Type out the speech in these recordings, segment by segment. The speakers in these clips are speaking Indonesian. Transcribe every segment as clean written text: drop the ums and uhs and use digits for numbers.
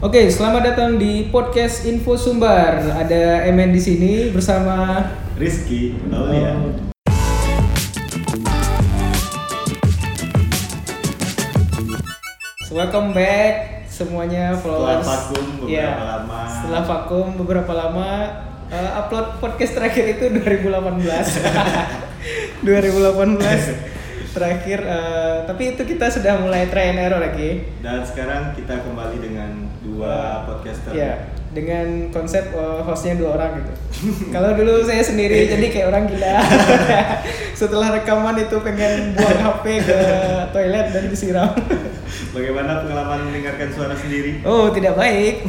Oke, selamat datang di podcast Info Sumbar. Ada Emen di sini bersama Rizky, Aulia. Welcome back semuanya followers. Setelah vakum Setelah vakum beberapa beberapa lama. lama, upload podcast terakhir itu 2018. 2018 terakhir, tapi itu kita sudah mulai try and error lagi. Dan sekarang kita kembali dengan dua podcaster. Ya, dengan konsep hostnya 2 orang gitu. Kalau dulu saya sendiri jadi kayak orang gila. Setelah rekaman itu pengen buang HP ke toilet dan disiram. Bagaimana pengalaman mendengarkan suara sendiri? Oh, tidak baik.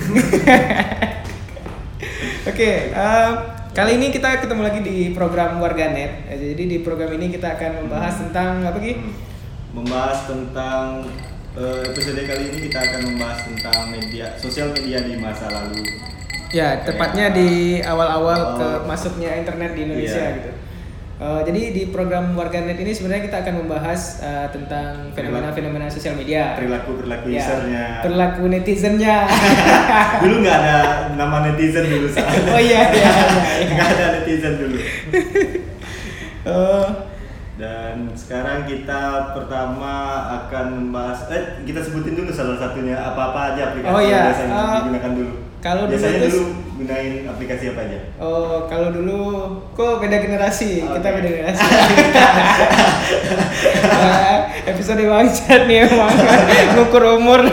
Oke, kali ini kita ketemu lagi di program Warganet. Jadi di program ini kita akan membahas tentang apa Ki? Membahas tentang episode kali ini kita akan membahas tentang sosial media di masa lalu. Ya, tepatnya di awal-awal ke masuknya internet di Indonesia gitu. Jadi di program Warganet ini sebenarnya kita akan membahas tentang fenomena-fenomena sosial media. Perilaku Ya, usernya. perilaku netizennya. Dulu nggak ada nama netizen dulu saat. Oh iya. Nggak ada netizen dulu. Dan sekarang kita pertama akan membahas, kita sebutin dulu salah satunya apa-apa aja aplikasi yang biasanya digunakan dulu. Kalau biasanya dulu gunain aplikasi apa aja? Oh, kalau dulu kok beda generasi, kita beda generasi. Episode bangsat nih emang ngukur umur.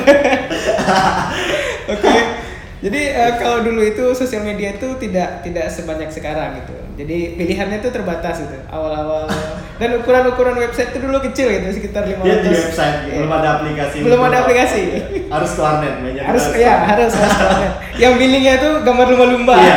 Oke. Jadi kalau dulu itu sosial media itu tidak sebanyak sekarang gitu. Jadi pilihannya itu terbatas gitu awal-awal. Dan ukuran website itu dulu kecil gitu, sekitar 500. Ya di website, belum ada aplikasi. Belum ada aplikasi. Harus ke warnet, harus ke warnet. Yang billingnya itu gambar lumba-lumba. Iya.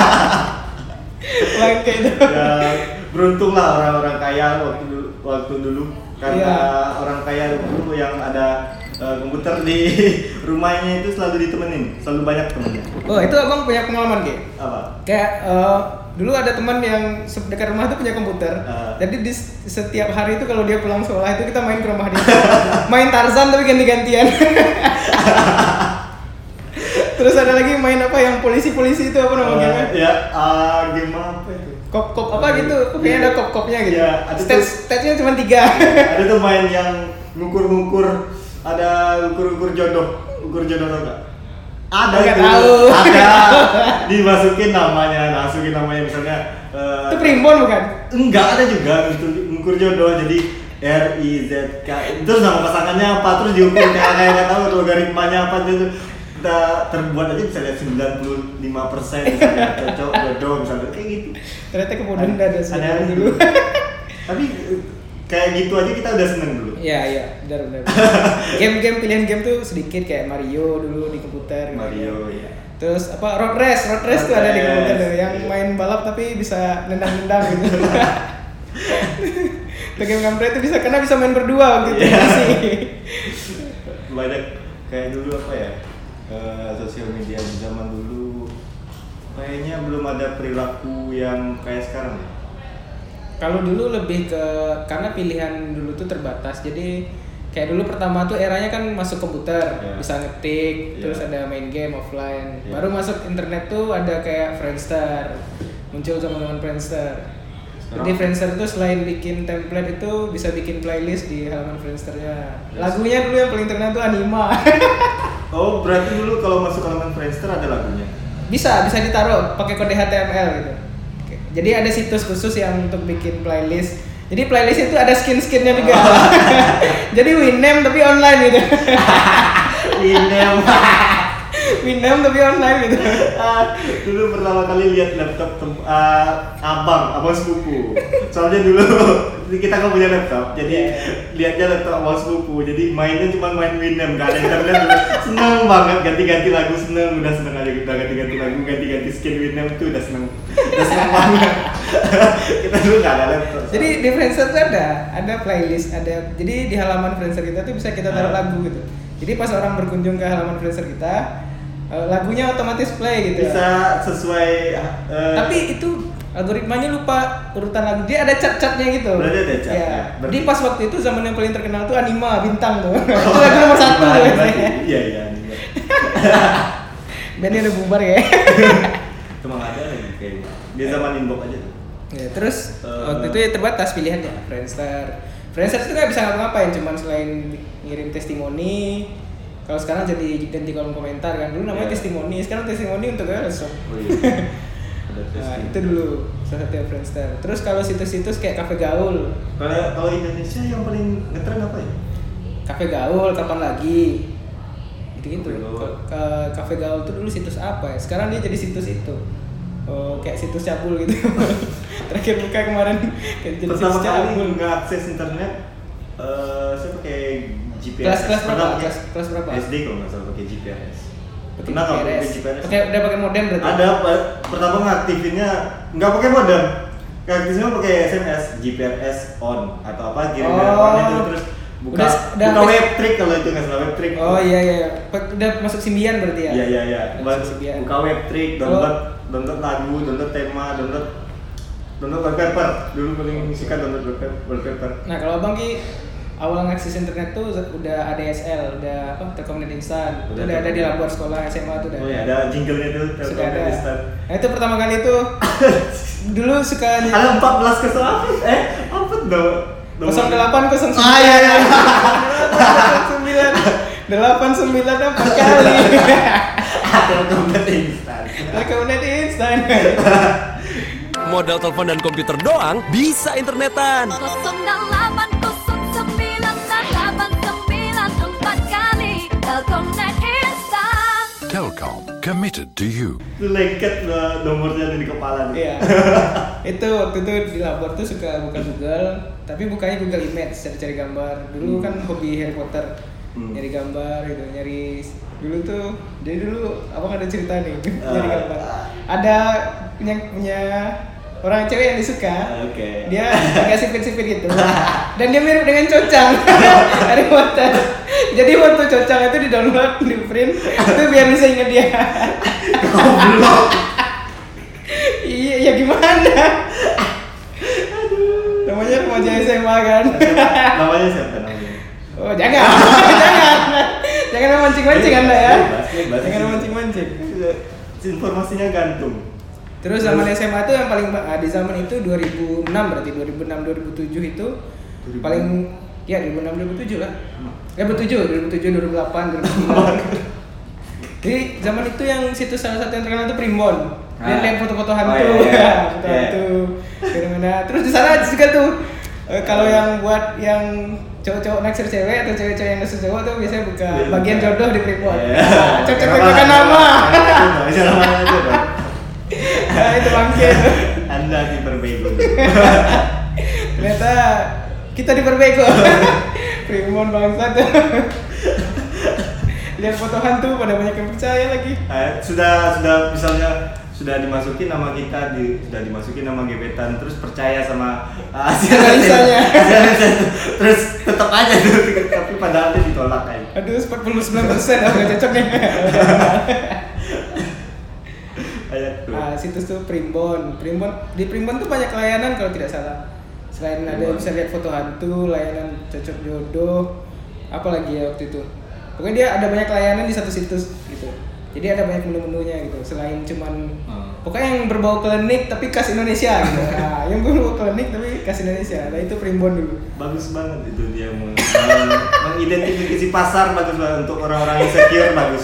Kayak itu. Ya, beruntunglah orang-orang kaya waktu dulu karena orang kaya dulu yang ada komputer di rumahnya itu selalu ditemenin, selalu banyak temennya. Oh, itu abang punya pengalaman Ki? Apa? Kayak dulu ada teman yang dekat rumah tuh punya komputer. Jadi di setiap hari itu kalau dia pulang sekolah itu kita main ke rumah dia. Main Tarzan tapi ganti-gantian. Terus ada lagi main apa yang polisi-polisi itu apa namanya? Game apa itu? Kop apa gitu? Kayaknya ada kop-kopnya gitu. Ya, Stats-nya cuma 3. Ada tuh main yang ngukur-ngukur, ada ukur jodoh tau gak? Ada nggak itu. Tahu. Ada. Dimasukin namanya misalnya. Itu primbon bukan? Enggak, ada juga ngukur jodoh, jadi RIZK. Terus nama pasangannya apa, terus diukur kayak nggak tahu logaritmanya apa itu. Kita terbuat aja bisa lihat 95% misalnya cocok jodoh misalnya kayak gitu. Ternyata kemudian ada dulu. Tapi kayak gitu aja kita udah seneng dulu. Iya, benar. Game pilihan game tuh sedikit kayak Mario dulu di komputer. Mario, ya. Terus apa Road Race tuh ada di komputer tuh, yang main balap tapi bisa nendang gitu. Tuh game kampret itu karena bisa main berdua waktu itu sih. Banyak kayak dulu apa ya? Sosial media di zaman dulu kayaknya belum ada perilaku yang kayak sekarang ya. Kalau dulu lebih ke karena pilihan dulu tuh terbatas, jadi kayak dulu pertama tuh eranya kan masuk komputer, bisa ngetik, terus ada main game offline. Baru masuk internet tuh ada kayak Friendster, muncul teman-teman Friendster. Jadi Friendster tuh selain bikin template itu bisa bikin playlist di halaman Friendsternya. Lagunya dulu yang paling terkenal tuh Anima. Oh, berarti dulu kalau masuk halaman Friendster ada lagunya? Bisa ditaruh pakai kode HTML gitu. Jadi ada situs khusus yang untuk bikin playlist. Jadi playlist itu ada skin-skinnya juga. Jadi Winamp tapi online gitu. Winamp tapi online gitu. Dulu pertama kali lihat laptop abang sepupu. Soalnya dulu kita kan punya laptop, jadi lihatnya laptop abang sepupu. Jadi mainnya cuma main Winamp, gak ada internet. Seneng banget, ganti-ganti lagu udah seneng aja kita ganti-ganti lagu, ganti-ganti skin Winamp tuh udah seneng banget. Kita dulu gak ada laptop. Jadi di Friendster tuh ada playlist, jadi di halaman Friendster kita tuh bisa kita taruh lagu gitu. Jadi pas orang berkunjung ke halaman Friendster kita, lagunya otomatis play gitu. Bisa sesuai. Tapi itu algoritmanya lupa urutan lagu, dia ada cat-catnya gitu. Berarti ada cat. Ya. Jadi pas waktu itu zaman yang paling terkenal tuh Anima Bintang tuh. Itu lagu nomor 1 tuh. Iya Anima. Bandnya udah bubar ya. Cuma ada lagi kayaknya. Dia zaman inbox aja tuh. Ya, terus waktu itu ya terbatas pilihannya. Friendster itu nggak bisa ngapa-ngapain, cuman selain ngirim testimoni. Kalau sekarang jadi ganti kolom komentar kan, dulu namanya testimoni, sekarang testimoni untuk girls. Oh iya. Nah, itu dulu salah satu Friendster. Terus kalau situs-situs kayak Cafe Gaul. Kalau Indonesia yang paling ngetren apa ya? Cafe Gaul, kapan lagi? Gitu-gitu. Cafe Gaul itu dulu situs apa ya? Sekarang dia jadi situs itu. Kayak situs cabul gitu. Terakhir buka kemarin kayak jadi pertama situs kali cabul. nge-akses internet saya pakai GPS. Kelas berapa? SD kalau nggak salah pakai GPS. Pakai Pernah nggak pakai GPS? GPS? Udah pakai modem berarti? Ada, pertama ngaktifinnya nggak pakai modem. Ngaktifinnya pakai SMS, GPS on atau apa kirim telepon itu terus buka web trick kalau itu nggak salah web trick. Oh iya. Udah masuk Symbian berarti ya? Iya. Buka web trick, download lagu, download tema, download wallpaper. Dulu paling suka download wallpaper. Nah kalau abang Ki awal ngakses internet tuh udah ADSL, udah Telkomnet Instan, udah ada di laboratorium sekolah SMA tuh udah. Oh iya, ada jinglenya tuh Telkomnet Instan. Nah itu pertama kali tuh dulu suka ada 14 ke apa tuh? 0809. Ah iya. 89 apa kali? Telkomnet Instan. Telkomnet Instan. Modal telepon dan komputer doang bisa internetan. 081989 kali Telkomnet Instan. Telkom, committed to you. Itu lengket nomornya ada di kepala nih. Iya. Itu waktu itu di labor tuh suka buka Google, tapi bukanya Google Image, cari gambar. Dulu kan hobi Harry Potter. Nyari gambar gitu, dulu tuh. Jadi dulu abang ada cerita nih, nyari gambar. Ada punya orang cewek yang disuka. Okay. Dia agak sipit-sipit gitu. Dan dia mirip dengan Cocang Harry Potter. Jadi foto Cocang itu di-download, di-print, itu biar bisa ingat dia. Goblok. Iya, ya gimana? Namanya remaja SMA kan. Namanya siapa namanya? Oh, jangan memancing-mancing Anda ya. Jangan memancing-mancing. Informasinya gantung. Terus zaman SMA itu yang paling di zaman itu 2006 berarti 2006 2007 itu paling ya 2006 2007 lah. Ya 2007 2008 2009. Jadi zaman itu yang situs salah satu yang terkenal itu Primbon. Lihat foto-foto hantu, foto hantu, fenomena. Terus di sana juga tuh kalau yang buat yang cowok-cowok naksir cewek atau cewek-cewek yang naksir cowok tuh biasanya buka bagian jodoh di Primbon. Cocok-cocokan nama. Bisa namanya aja dong. Nah, itu bangkit. Anda diperbego. Ternyata kita diperbego. Primbon bangsat. Lihat foto hantu pada banyak yang percaya lagi. Sudah misalnya sudah dimasukin nama kita sudah dimasukin nama gebetan terus percaya sama hasil analisanya. Terus tetap aja tuh tapi padahal dia ditolak aja. Aduh 49% enggak cocok nih. Situs tuh Primbon. Di Primbon tuh banyak layanan kalau tidak salah. Selain ada bisa lihat foto hantu, layanan cocok jodoh, apalagi ya waktu itu. Pokoknya dia ada banyak layanan di satu situs gitu. Jadi ada banyak menu-menunya gitu. Selain cuman pokoknya yang berbau klinik tapi khas Indonesia gitu. Nah, yang berbau klinik tapi khas Indonesia. Nah, itu Primbon dulu. Bagus banget itu dia mengidentifikasi pasar, bagus banget untuk orang-orang insecure, bagus.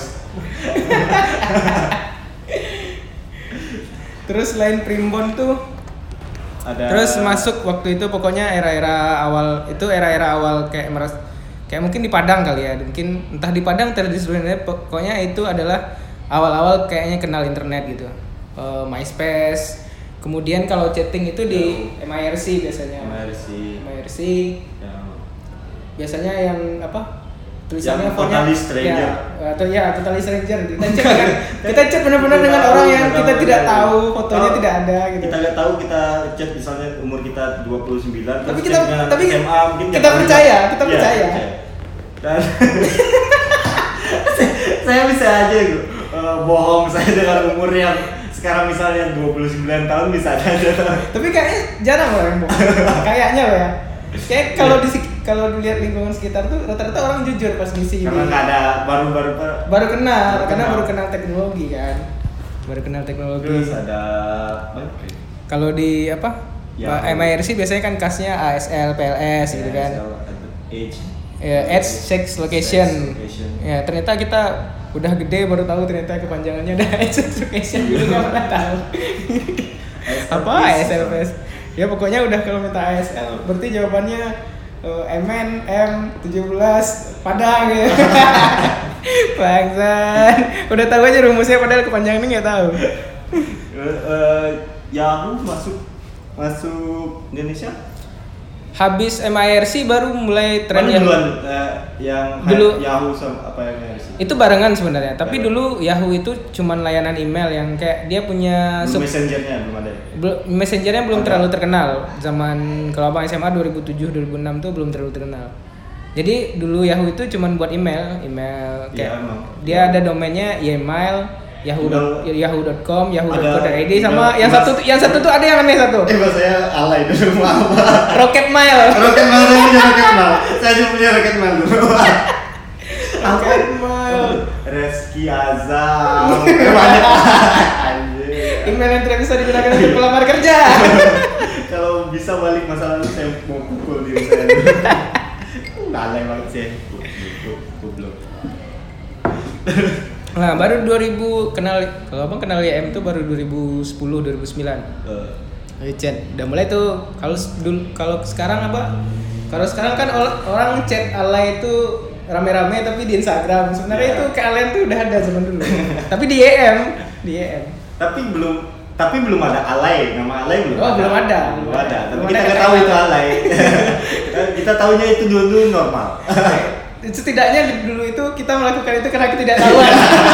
Terus selain Primbon tuh terus masuk waktu itu pokoknya era-era awal kayak mungkin di Padang kali ya, mungkin entah di Padang atau di seluruh Indonesia, pokoknya itu adalah awal-awal kayaknya kenal internet gitu. MySpace, kemudian kalau chatting itu di MIRC biasanya. MIRC. Biasanya yang apa? Tulisannya Totally Stranger. Totally Stranger. Kita chat benar-benar dengan orang yang kita tidak tahu, fotonya tidak ada gitu. Kita nggak tahu, kita chat misalnya umur kita 29 tapi SMA mungkin kita percaya. Dan saya bisa aja bohong saya dengan umur yang sekarang misalnya 29 tahun bisa aja. Tapi kayaknya jarang loh yang bohong. Kayaknya loh ya. Kayak kalau kalau dilihat lingkungan sekitar tuh rata-rata orang jujur pas ngisi Karena ini. nggak ada baru kenal teknologi kan. Baru kenal teknologi. Terus ada Kalau di apa? Ya, MIRC biasanya kan kasnya ASL, PLS gitu kan. Edge Sex Location. Ya, ternyata kita udah gede baru tahu ternyata kepanjangannya ada Edge Sex Location dulu nggak pernah tahu. Apa ASL PLS? Ya pokoknya udah kalau minta ASL berarti jawabannya MN M17 Padang ya. Bangsan. Udah tahu aja rumusnya padahal kepanjangannya nggak tahu. Yahoo masuk Indonesia? Habis MIRC baru mulai tren Mana duluan yang dulu Yahoo sama apa yang MIRC? itu barengan sebenarnya, tapi dulu Yahoo itu cuman layanan email yang kayak dia punya Messengernya belum ada. Messengernya belum terlalu terkenal. Zaman kalau abang SMA 2007 2006 tuh belum terlalu terkenal. Jadi dulu Yahoo itu cuman buat email kayak dia ada domainnya email yahoo.com, yahoo.co.id sama yang satu tuh ada yang aneh satu. Saya alay dulu apa? Rocket Mail. Rocket Mail saya punya Rocket Mail. Saya juga punya Rocket Mail dulu. Rocket Mail. Reski Azam. Banyak. Anjir. Email yang tidak bisa digunakan untuk pelamar kerja. Kalau bisa balik masa lalu saya mau pukul diri saya dulu. Alay banget sih. Goblok. Nah, baru 2000 kalau abang kenal YM tuh baru 2010 2009. Chat. Udah mulai tuh kalau sekarang apa? Kalau sekarang kan orang chat alay itu rame-rame tapi di Instagram. Sebenarnya itu kealayan tuh udah ada zaman dulu. Tapi di YM. Tapi belum ada alay, nama alay belum ada. Belum ada. Tapi kita nggak tahu itu alay. Kita tahunya itu dulu normal. Setidaknya dulu itu kita melakukan itu karena ketidaktahuan.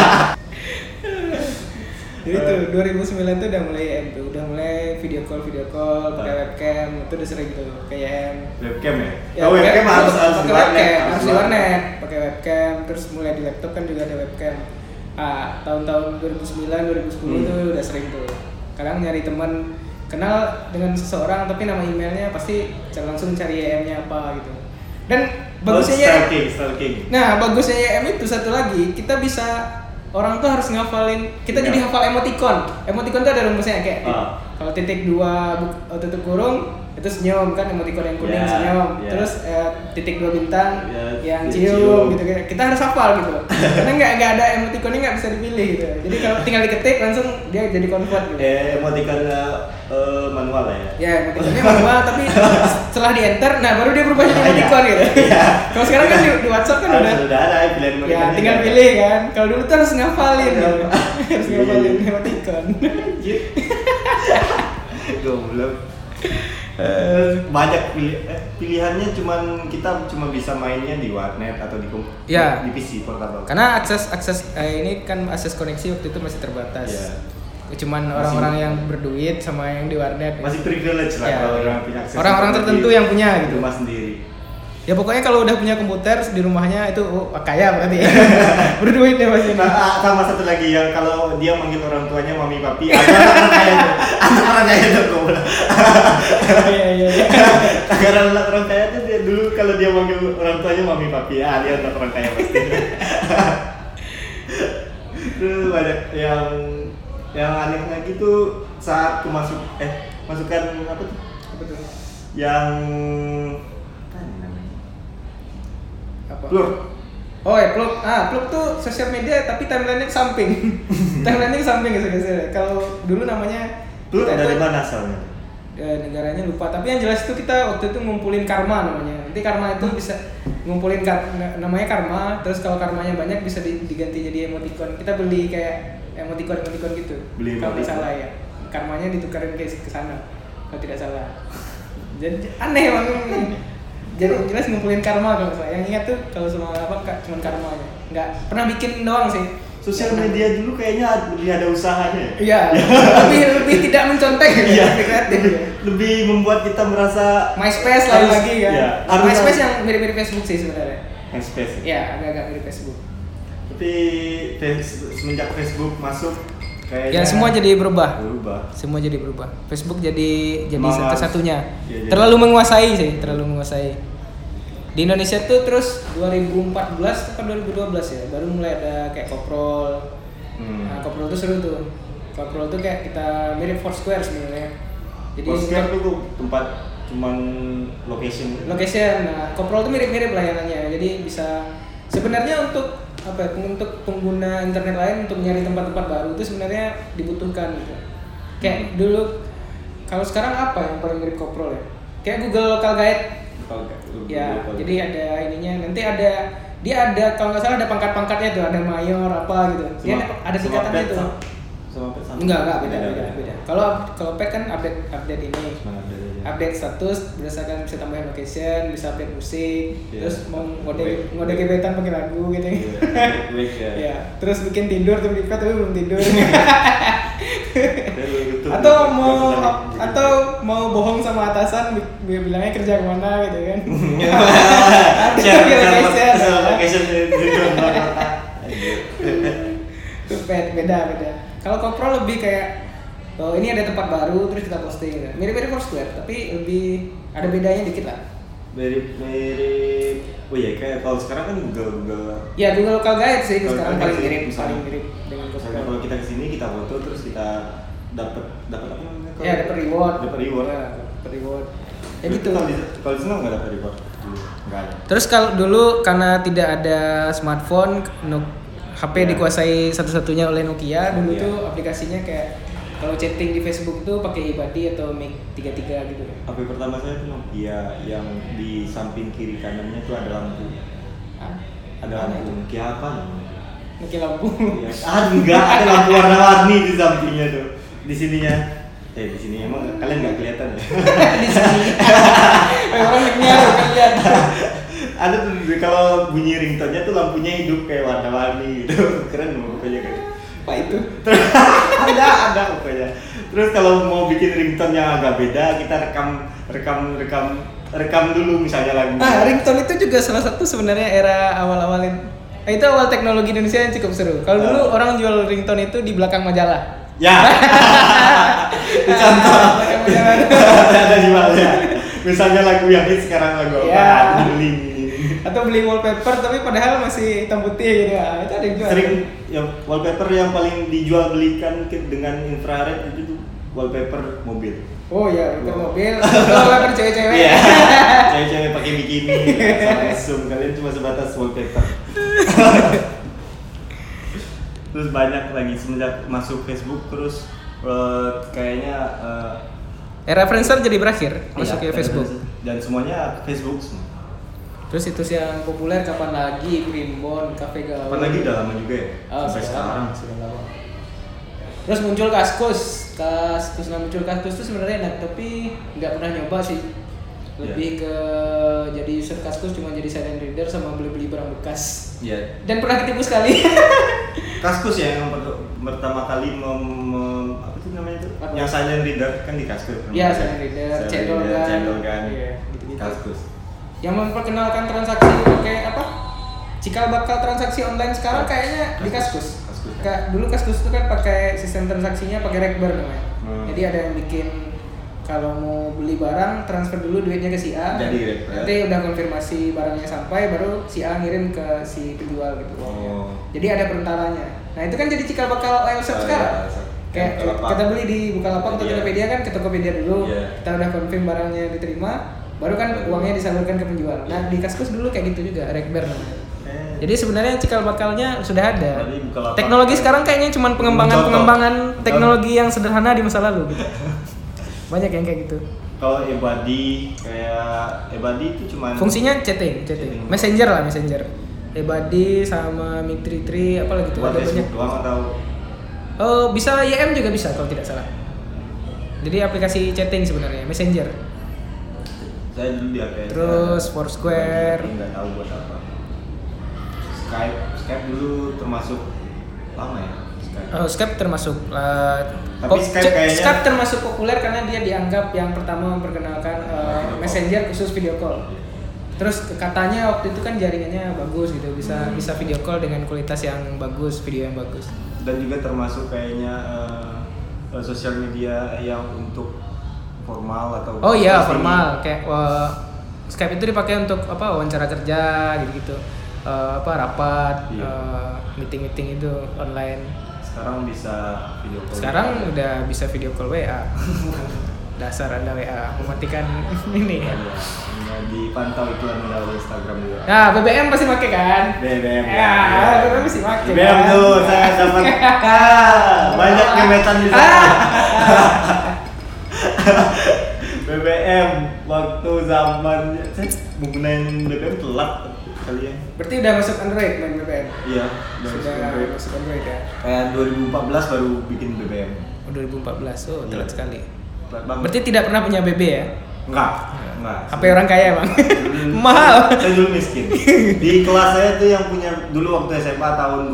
Jadi itu 2009 tuh udah mulai YM tuh, udah mulai video call pakai webcam, itu udah sering tuh kayak webcam ya? webcam harus di warnet, pakai webcam, terus mulai di laptop kan juga ada webcam. Tahun-tahun 2009 2010 tuh udah sering tuh. Kadang nyari teman kenal dengan seseorang tapi nama emailnya pasti langsung cari YM-nya apa gitu. Dan bagusnya stalking. Nah, bagusnya YM itu satu lagi, kita bisa orang tuh harus ngafalin, kita jadi hafal emoticon. Emoticon tuh ada rumusnya kayak kalau titik 2 tutup kurung itu senyum kan, emoticon yang kuning senyum. Terus titik 2 bintang yang cium gitu. Kita harus hafal gitu. Karena nggak ada emoticonnya nggak bisa dipilih gitu. Jadi kalau tinggal diketik langsung dia jadi convert gitu. Emoticon manual ya? Ya, emoticonnya manual tapi setelah di enter, nah baru dia berubah jadi emoticon gitu. Kalau sekarang kan di WhatsApp kan udah ada pilihan emoticon. Ya, tinggal pilih kan. Kalau dulu tuh harus ngafalin gitu. Harus ngafalin emoticon. Goblok. Banyak pilihannya, kita cuma bisa mainnya di warnet atau di PC portable. Karena akses ini kan akses koneksi waktu itu masih terbatas. Cuman orang-orang yang berduit sama yang di warnet. Masih privilege lah kalau orang punya akses. Orang-orang tertentu yang punya gitu. Rumah sendiri. Ya pokoknya kalau udah punya komputer di rumahnya itu kaya berarti. Berduit ya masih. Sama satu lagi yang kalau dia manggil orang tuanya mami papi, anak orang kaya tuh goblok. Iya. Karena orang kaya tuh dia dulu kalau dia manggil orang tuanya mami papi, dia anak orang kaya pasti. Terus banyak yang aneh lagi tuh saat masukkan apa tuh? Yang Plug. Plug tuh sosial media tapi timeline-nya ke samping. Timeline-nya ke samping guys. Kalau dulu namanya Plug dari mana asalnya? Negaranya lupa, tapi yang jelas itu kita waktu itu ngumpulin karma namanya. Nanti karma itu bisa ngumpulin namanya karma, terus kalau karmanya banyak bisa diganti jadi emoticon. Kita beli kayak emoticon gitu. Kalau tidak salah ya. Karmanya ditukarin ke sana. Kalau tidak salah. Jadi aneh emang. Jadi jelas ngumpulin karma kalau saya. Yang ingat tuh kalau semua cuma karmanya. Nggak pernah bikin doang sih. Sosial media dulu kayaknya lebih ada usahanya. Iya. lebih tidak mencontek ya. Lebih membuat kita merasa MySpace lagi kan. Ya, MySpace yang mirip-mirip Facebook sih sebenarnya. MySpace. Iya, agak-agak mirip Facebook. Tapi semenjak Facebook masuk kayaknya ya semua jadi berubah. Semua jadi berubah. Facebook jadi satu-satunya. Terlalu menguasai. Di Indonesia tuh terus 2014 atau 2012 ya baru mulai ada kayak Koprol. Nah, Koprol tuh seru tuh. Koprol tuh kayak kita mirip Foursquare sebenarnya. Jadi Foursquare tuh tempat cuman location. Nah, Koprol tuh mirip-mirip layanannya. Jadi bisa sebenarnya untuk apa ya, untuk pengguna internet lain untuk nyari tempat-tempat baru itu sebenarnya dibutuhkan gitu. Kayak dulu kalau sekarang apa yang paling mirip Koprol ya? Kayak Google Local Guide. Ya, jadi ada ininya. Nanti dia ada kalau nggak salah ada pangkat-pangkatnya tuh, ada mayor apa gitu. Dia ada tingkatannya tuh. Enggak beda. Kalau pet kan update ini. Update status berdasarkan bisa tambahin location, bisa update musik, terus mau ngode gebetan pakai lagu gitu. Ya, terus bikin tidur tuh di pet tapi belum tidur. atau mau bohong sama atasan bilangnya kerja kemana gitu kan. Location itu pet beda. Kalau Koprol lebih kayak ini ada tempat baru terus kita posting. Mirip-mirip Foursquare tapi lebih ada bedanya dikit lah. Mirip. Oh iya kayak kalau sekarang kan Google. Ya Google Local Guide sih Google sekarang Guide paling mirip dengan Misalnya Koprol. kalau kita kesini kita foto terus kita dapat apa namanya? Ya dapat reward. Dapat reward. Ya, dapat reward. Ya gitu. Kalau di sana nggak dapat reward. Nggak ada. Terus kalau dulu karena tidak ada smartphone, HP dikuasai satu-satunya oleh Nokia. Dulu tuh aplikasinya kayak kalau chatting di Facebook tuh pakai Ibadi atau Mic 33 gitu. HP pertama saya tuh Nokia yang di samping kiri kanannya tuh ada lampu. Ada lampu Nokia apa namanya? Nokia lampu. Ya, enggak ada lampu warna-warni di sampingnya tuh. Di sininya. Di sini emang kalian nggak kelihatan ya? Di sini. Orang nyaru kan lihat. Ada tuh kalau bunyi ringtone-nya tuh lampunya hidup kayak warna-warni gitu. Keren loh pokoknya kan. Apa itu? ada pokoknya. Terus kalau mau bikin ringtone yang agak beda, kita rekam dulu misalnya lagu. Ringtone itu juga salah satu sebenarnya era awal-awalin. Itu awal teknologi Indonesia yang cukup seru. Kalau dulu orang jual ringtone itu di belakang majalah. Ya. Contoh. Ada jualnya. Misalnya lagu yang hits sekarang lagu apa? Beli. Atau beli wallpaper tapi padahal masih hitam putih gitu ya. Itu ada yang jual. Sering ya wallpaper yang paling dijual belikan dengan infrared itu tuh wallpaper mobil. Oh iya, wallpaper mobil. Wallpaper cewek-cewek. Iya. Cewek-cewek pakai bikini sama zoom, kalian cuma sebatas wallpaper. Terus banyak lagi semenjak masuk Facebook terus kayaknya era Friendster jadi berakhir masuk ke Facebook. Dan semuanya Facebook semua. Terus situs yang populer kapan lagi, Primbon, Cafe Gaul. Kapan lagi udah lama juga ya? Sampai sekarang. Sudah lama. Terus muncul Kaskus muncul Kaskus itu sebenarnya enak tapi nggak pernah nyoba sih. Lebih ke jadi user Kaskus cuma jadi silent reader sama beli-beli barang bekas. Iya. Dan pernah ketipu sekali. Kaskus ya yang pertama kali apa sih namanya itu? Yang silent reader kan di Kaskus. Iya, silent reader, cendol kan. Iya, gitu-gitu. Kaskus. Yang memperkenalkan transaksi pakai apa? Cikal bakal transaksi online sekarang kayaknya di Kaskus. Dulu Kaskus itu kan pakai sistem transaksinya pakai Rekber namanya. Jadi ada yang bikin kalau mau beli barang transfer dulu duitnya ke si A. Jadi Rekber. Nanti udah konfirmasi barangnya sampai baru si A ngirim ke si penjual gitu. Jadi ada perentaranya. Nah, itu kan jadi cikal bakal website sekarang. Kayak kita beli di Bukalapak atau Tokopedia kan ke Tokopedia dulu. Kita udah konfirm barangnya diterima. Baru kan uangnya disalurkan ke penjual. Nah di Kaskus dulu kayak gitu juga, Rekber namanya. Jadi sebenarnya cikal bakalnya sudah ada. Teknologi sekarang kayaknya cuma pengembangan teknologi yang sederhana di masa lalu gitu. Banyak yang kayak gitu. Kalau Ebadi itu cuma fungsinya chatting. Messenger. Ebadi sama Mic33 apa lagi tuh ada banyak. Doang atau bisa YM juga bisa kalau tidak salah. Jadi aplikasi chatting sebenarnya, Messenger. Saya dulu di APS. Terus Foursquare. Nggak tahu buat apa. Skype dulu termasuk lama ya. Skype termasuk. Tapi Skype termasuk populer karena dia dianggap yang pertama memperkenalkan Messenger khusus video call. Terus katanya waktu itu kan jaringannya bagus gitu, bisa video call dengan kualitas yang bagus, video yang bagus. Dan juga termasuk kayaknya sosial media yang untuk formal atau formal kayak Skype itu dipakai untuk wawancara kerja gitu-gitu. Rapat, meeting-meeting itu online. Sekarang bisa video call. Sekarang udah bisa video call WA. Dasar Anda WA mematikan ini. Ya, dipantau iklan melalui Instagram juga. Nah, BBM pasti pakai kan? BBM. Ya, BBM pasti pakai. BBM kan? tuh saya dapat banyak gemetan di sana. BBM waktu zamannya saya menggunakan BBM telat kali ya. Berarti udah masuk Android main BBM? Iya, Sudah masuk Android ya? Kayak 2014 baru bikin BBM. 2014, telat sekali. Telat banget. Berarti tidak pernah punya BB ya? Enggak. HP orang kaya bang? Mahal. Saya dulu miskin. Di kelas saya tuh yang punya dulu waktu SMA tahun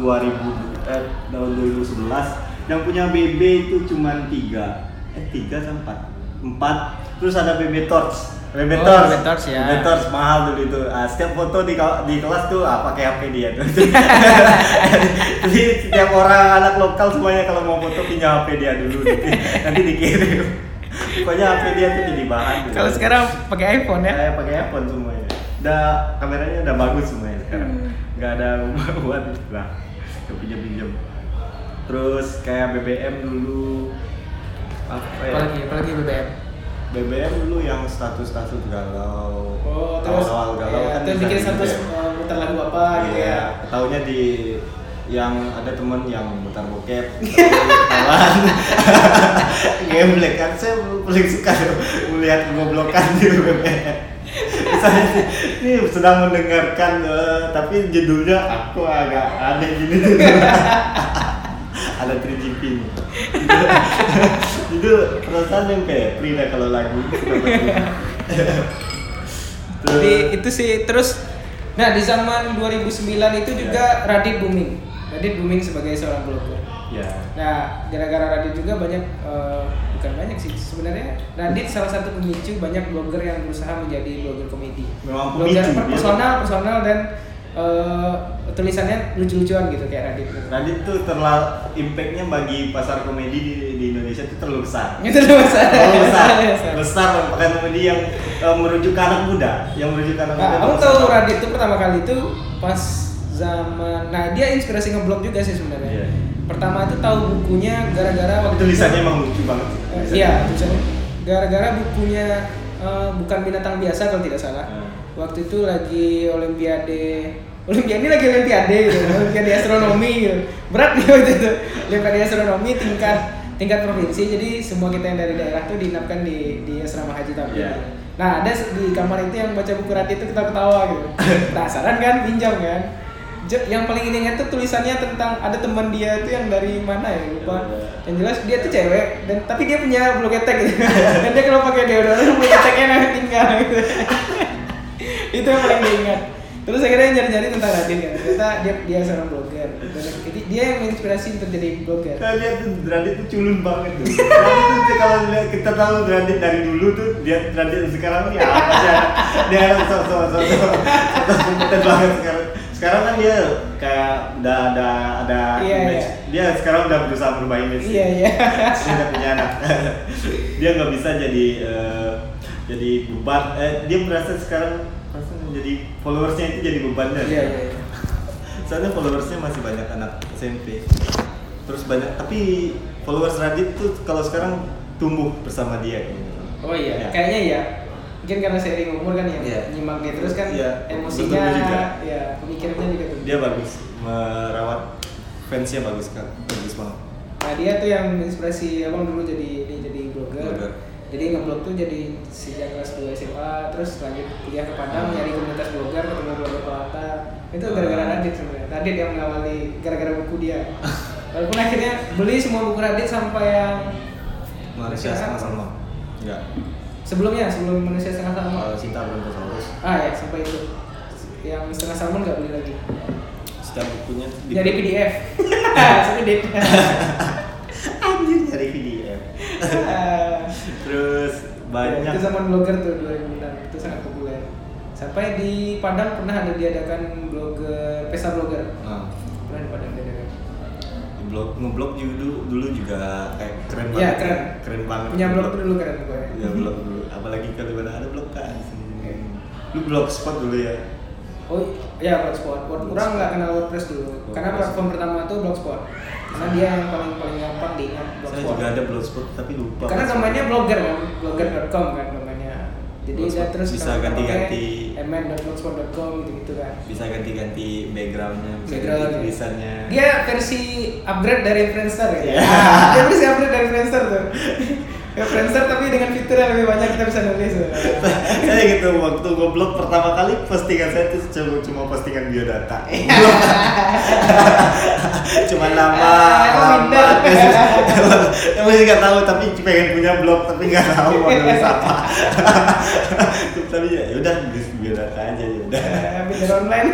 2011 yang punya BB itu cuma 3 sampai 4. Terus ada BB Torch. BB Torch ya. BB Torch mahal dulu itu. Setiap foto di kelas tuh pakai HP dia tuh. Jadi setiap orang anak lokal semuanya kalau mau foto punya HP dia dulu nanti dikirim. Pokoknya HP dia tuh jadi bahan. Kalau sekarang pakai iPhone ya? Saya pakai iPhone semuanya. Kameranya udah bagus semuanya sekarang. Nggak ada buat lah. Pinjam. Terus kayak BBM dulu. Apalagi BBM? BBM dulu yang status galau. Terus awal galau ya, kan terus bikin status muter lagu apa gitu ya? Taunya di yang ada teman yang mutar bokep, kawan, gameplay kan saya paling suka melihat goblokan di BBM. Misalnya ini sedang mendengarkan tapi judulnya aku agak aneh gini. Ada 3GP nih. Judul perasaan yang kayak Frida kalau lagu. Jadi itu sih terus. Nah di zaman 2009 itu juga Radit booming sebagai seorang blogger. Ya. Nah gara-gara Radit juga banyak bukan banyak sih sebenarnya Radit salah satu pemicu banyak blogger yang berusaha menjadi blogger komedi. Memang blogger pemicu. personal dan tulisannya lucu-lucuan gitu kayak Radit. Radit tuh impactnya bagi pasar komedi di Indonesia itu terlalu besar. Besar bahkan komedi yang merujuk ke anak muda, Kamu tahu Radit tuh pertama kali itu pas zaman, nah dia inspirasi ngeblog juga sih sebenarnya. Yeah. Pertama tuh tahu bukunya gara-gara waktu tulisannya emang lucu banget sih. Iya, tulisannya gara-gara bukunya bukan binatang biasa kalau tidak salah. Waktu itu lagi olimpiade gitu, olimpiade astronomi gitu. Berat nih waktu itu. Olimpiade astronomi tingkat provinsi. Jadi semua kita yang dari daerah tuh diinapkan di asrama haji Tampil. Yeah. Nah, ada di kamar itu yang baca buku Radit itu ketawa gitu. Penasaran kan, pinjam kan. Yang paling ingat tuh tulisannya tentang ada teman dia itu yang dari mana ya lupa. Yang jelas dia tuh cewek tapi dia punya bulu ketek gitu. Dan dia kalau pakai deodoran bulu keteknya tinggal gitu. Itu yang paling diingat. Terus akhirnya nyari-nyari tentang Radit kan. Ternyata dia seorang blogger. Jadi dia yang menginspirasi untuk jadi blogger. Kita lihat tuh Radit tuh culun banget tuh. Radit tuh kalau kita tahu Radit dari dulu tuh dia Radit sekarang ya apa sih? Dia sok kompeten banget sekarang. Sekarang kan dia kayak udah ada image. Dia sekarang udah berusaha merubah image. Iya. Sudah punya anak. Dia nggak bisa jadi beban. Dia merasa sekarang jadi followersnya itu jadi bebannya. Iya. Soalnya followersnya masih banyak anak SMP. Terus banyak, tapi followers Radit tuh kalau sekarang tumbuh bersama dia. Oh iya, ya. Kayaknya ya. Mungkin karena seiring umur kan ya, nyimak dia terus kan emosinya, ya pemikirannya juga tuh. Dia bagus, merawat fansnya bagus banget. Nah dia tuh yang menginspirasi abang dulu jadi blogger. Jadi ngeblog tuh jadi sejak kelas 2 SMA, terus lanjut kuliah ke Padang nyari komunitas blogger, ketemu blogger pelata. Itu gara-gara Radit sebenarnya. Radit yang mengawali gara-gara buku dia. Walaupun akhirnya beli semua buku Radit sampai yang Manusia Setengah Salmon. Enggak. Sebelum Manusia Setengah Salmon. Cinta Brontosaurus. Ya sampai itu. Yang Setengah Salmon nggak beli lagi. Setiap bukunya dari PDF. Sudah Anjir dari PDF. Terus banyak. Itu zaman blogger tuh 2006 itu sangat populer. Sampai di Padang pernah ada diadakan pesta blogger. Pernah di Padang diadakan. Ngeblog dulu juga kayak keren banget. Iya, keren banget. Punya blog tuh dulu keren pokoknya. Punya blog dulu. Apalagi kalau mana ada blog kan. Lu Blogspot dulu ya? Oh ya Blogspot. Kurang nggak kenal WordPress dulu. Karena platform pertama tuh Blogspot. Karena dia yang paling gampang diingat Saya Blogspot. juga ada Blogspot tapi lupa. Karena namanya blogger kan, blogger.com kan namanya. Jadi Blogspot dia terus bisa ganti-ganti mn.blogspot.com gitu kan. Bisa ganti-ganti backgroundnya, bisa Background, ganti ya. tulisannya. Dia versi upgrade dari Friendster ya. Iya. Dia versi upgrade dari Friendster tuh. Ya Friendster tapi dengan fitur yang lebih banyak kita bisa nulis. Saya gitu waktu ngeblog pertama kali postingan saya tuh cuma postingan biodata. Cuma lama. Masih nggak tahu tapi pengen punya blog tapi nggak tahu mau nulis apa. Tapi ya udah nulis biodata aja ya udah. Binder online.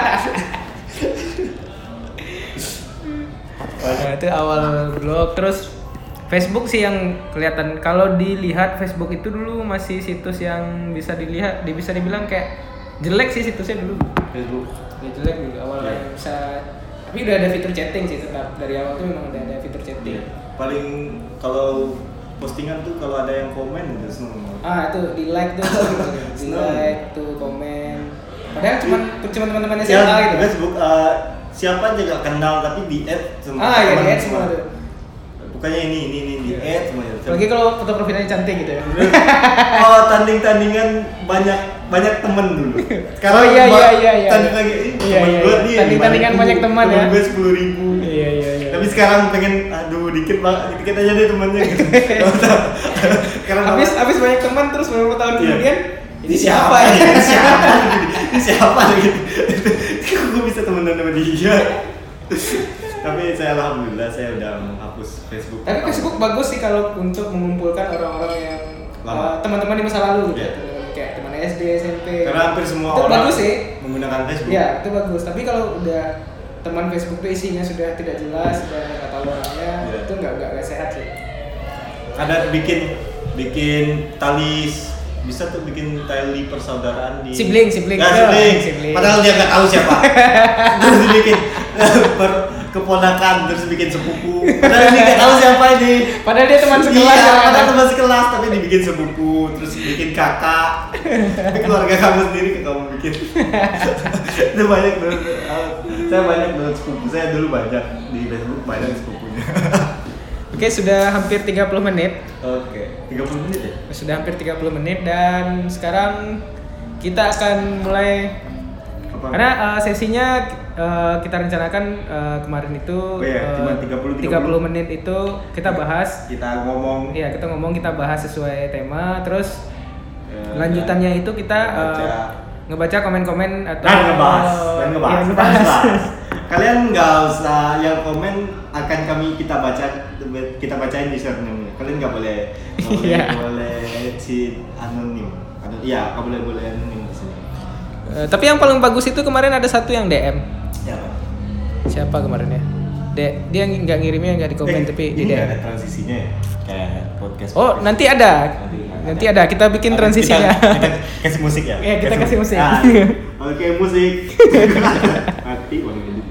Nah, itu awal blog. Terus Facebook sih yang kelihatan. Kalau dilihat Facebook itu dulu masih situs yang bisa dibilang kayak jelek sih situsnya dulu. Facebook. Ya, jelek dulu awalnya bisa. Tapi udah ada fitur chatting sih tetap dari awal tuh memang udah ada fitur chatting. Paling kalau postingan tuh kalau ada yang komen udah seneng. Itu di like tuh, di like tuh komen. Padahal cuma teman-temannya Ya, SMA gitu. Facebook siapa aja gak kenal tapi di add semua. Ya di add semua tuh. Bukannya ini di add semuanya. Lagi kalau foto profilnya cantik gitu ya. Oh, tanding-tandingan banyak temen dulu. Oh, iya. Tanding lagi temen gue nih. Tanding-tandingan banyak teman ya. Temen gue 10.000. Iya. Tapi sekarang pengen dikit aja deh temennya gitu. Habis banyak teman terus beberapa tahun Iya. kemudian ini siapa ya? Ini siapa lagi? Gue bisa temenan sama dia. Tapi saya alhamdulillah saya udah menghapus Facebook. Tapi Facebook bagus sih kalau untuk mengumpulkan orang-orang yang teman-teman di masa lalu gitu. Yeah. Kayak teman SD, SMP. Karena hampir semua itu orang bagus sih menggunakan Facebook. Iya, itu bagus. Tapi kalau udah teman Facebook tuh isinya sudah tidak jelas dan nggak tahu orangnya, Yeah. itu nggak sehat sih. Ada bikin tali bisa tuh bikin tali persaudaraan di Sibling. Ya, sibling. Padahal dia nggak tahu siapa. Terus dibikin keponakan terus bikin sepupu. Padahal dia nggak tahu siapa ini. Padahal dia teman sekelas. Iya, kan? padahal teman sekelas tapi dibikin sepupu, terus bikin kakak. Tapi keluarga kamu sendiri kamu bikin. Itu banyak dulu. Saya banyak dulu sepupu. Saya dulu banyak di Facebook banyak sepupunya. Oke, sudah hampir 30 menit. Oke, 30 menit ya? Sudah hampir 30 menit dan sekarang kita akan mulai karena sesinya kita rencanakan kemarin itu cuma 30 menit itu kita bahas. Kita ngomong. Iya, kita bahas sesuai tema. Terus lanjutannya itu kita ngebaca komen-komen atau ngebahas. Kalian nggak usah yang komen akan kita bacain username-nya. Kalian nggak boleh si anonim. Iya, nggak boleh anonim di sini. Tapi yang paling bagus itu kemarin ada satu yang DM. Siapa kemarin ya? Dia nggak ngirimnya nggak di komen tapi di ini DM. ada transisinya ya? Kayak podcast. Oh, nanti ada. Kita bikin transisinya. Kita kasih musik ya? Iya, kita kasih musik. Oke, musik. Mati boleh edit.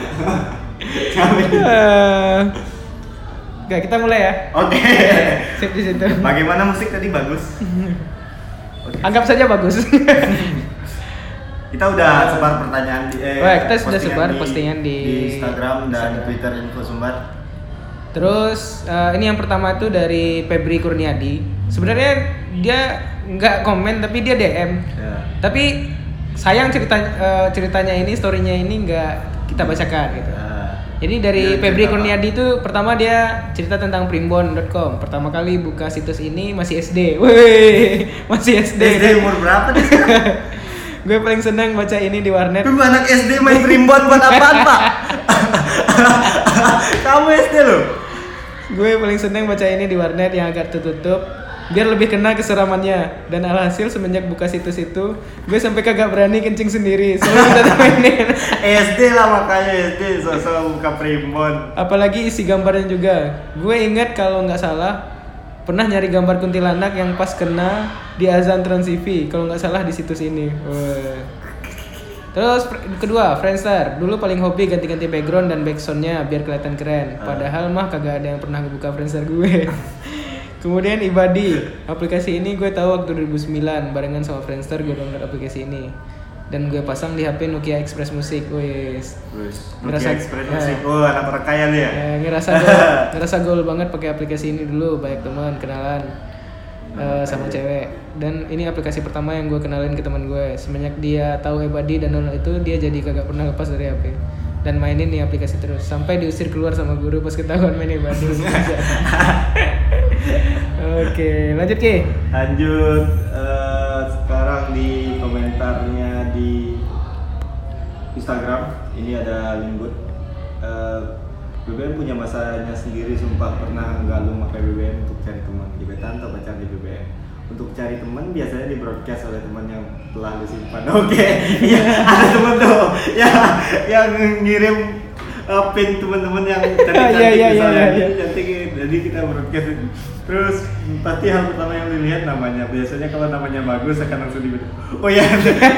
Oke, kita mulai ya. Oke. Sip di situ. Bagaimana musik tadi bagus? Anggap saja bagus. Kita udah sebar pertanyaan kita sudah sebar postingan di Instagram dan Twitter Info Sumbar. Terus ini yang pertama itu dari Febri Kurniadi. Sebenarnya dia nggak komen tapi dia DM. Ya. Tapi sayang ceritanya ini, storynya ini nggak kita bacakan gitu. Jadi dari Febri Kurniadi itu pertama dia cerita tentang primbon.com. Pertama kali buka situs ini masih SD. Woi, masih SD. SD umur berapa nih? Gue paling senang baca ini di warnet. Lu anak SD main primbon buat apaan, Pak? Kamu SD loh. Gue paling senang baca ini di warnet yang agak tertutup biar lebih kena keseramannya. Dan alhasil semenjak buka situs itu gue sampai kagak berani kencing sendiri. Soalnya kita mainin. SD lah makanya SD sosok buka primbon. Apalagi isi gambarnya juga. Gue ingat kalau nggak salah pernah nyari gambar kuntilanak yang pas kena di azan Trans TV kalau nggak salah di situs ini. Terus kedua, Friendster. Dulu paling hobi ganti-ganti background dan backsoundnya biar kelihatan keren. Padahal mah kagak ada yang pernah ngebuka Friendster gue. Kemudian Ibadi, aplikasi ini gue tahu waktu 2009 barengan sama Friendster gue download aplikasi ini dan gue pasang di HP Nokia Express Music, wes. Nokia Express Music, anak orang kaya nih ya. Ngerasa gaul banget pakai aplikasi ini dulu, banyak teman kenalan sama cewek. Dan ini aplikasi pertama yang gue kenalin ke teman gue. Semenjak dia tahu Ibadi dan download itu, dia jadi kagak pernah lepas dari HP dan mainin nih aplikasi terus sampai diusir keluar sama guru pas ketahuan main Ibadi. Oke, lanjut Ki. Lanjut, sekarang di komentarnya di Instagram ini ada Linggut. BBM punya masanya sendiri, sumpah pernah nggak lu pakai BBM untuk cari teman gebetan atau pacar di BBM. Untuk cari teman biasanya di broadcast oleh teman yang telah lu simpan. Oke, iya ada teman tuh yang ngirim pin teman-teman yang cantik-cantik misalnya. Nanti jadi kita broadcast. Terus pasti hal pertama yang dilihat namanya. Biasanya kalau namanya bagus akan langsung dibilang. Oh ya.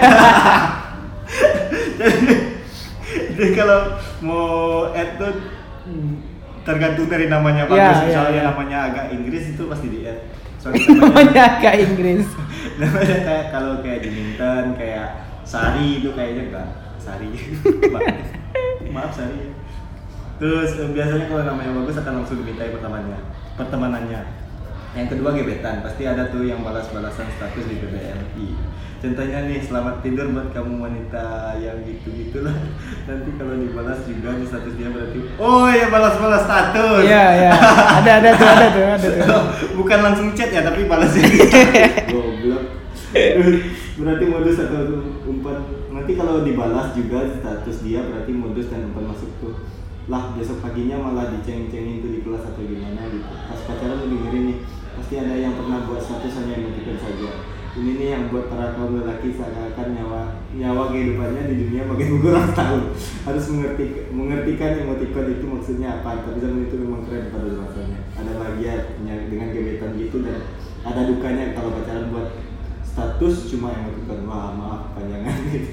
Jadi kalau mau add tuh tergantung dari namanya bagus. Misalnya namanya agak Inggris itu pasti di add. Namanya agak Inggris. Namanya kayak kalau kayak Juminten, kayak Sari itu kayaknya enggak Sari. Maaf Sari. Terus biasanya kalau namanya bagus akan langsung dimintai pertemanannya. Yang kedua gebetan, pasti ada tuh yang balas-balasan status di BBM. Contohnya nih, selamat tidur buat kamu wanita yang gitu-gitulah. Nanti kalau dibalas juga di status dia berarti, oh ya balas-balas status. Iya. Ada tuh. Bukan langsung chat ya, tapi balasnya. Goblok. Berarti modus atau umpan. Nanti kalau dibalas juga status dia berarti modus dan umpan masuk tuh. Lah besok paginya malah diceng-cengin tuh di kelas atau gimana gitu. Pas pacaran lebih ngeri nih. Pasti ada yang pernah buat status hanya emoticon saja. Ini nih yang buat para kaum lelaki seakan-akan nyawa kehidupannya di dunia makin berkurang tahun. Harus mengertikan emoticon itu maksudnya apa. Tapi zaman itu memang keren pada masanya. Ada bahagia dengan gebetan gitu dan ada dukanya kalau pacaran buat status cuma emoticon. Wah maaf panjangan gitu.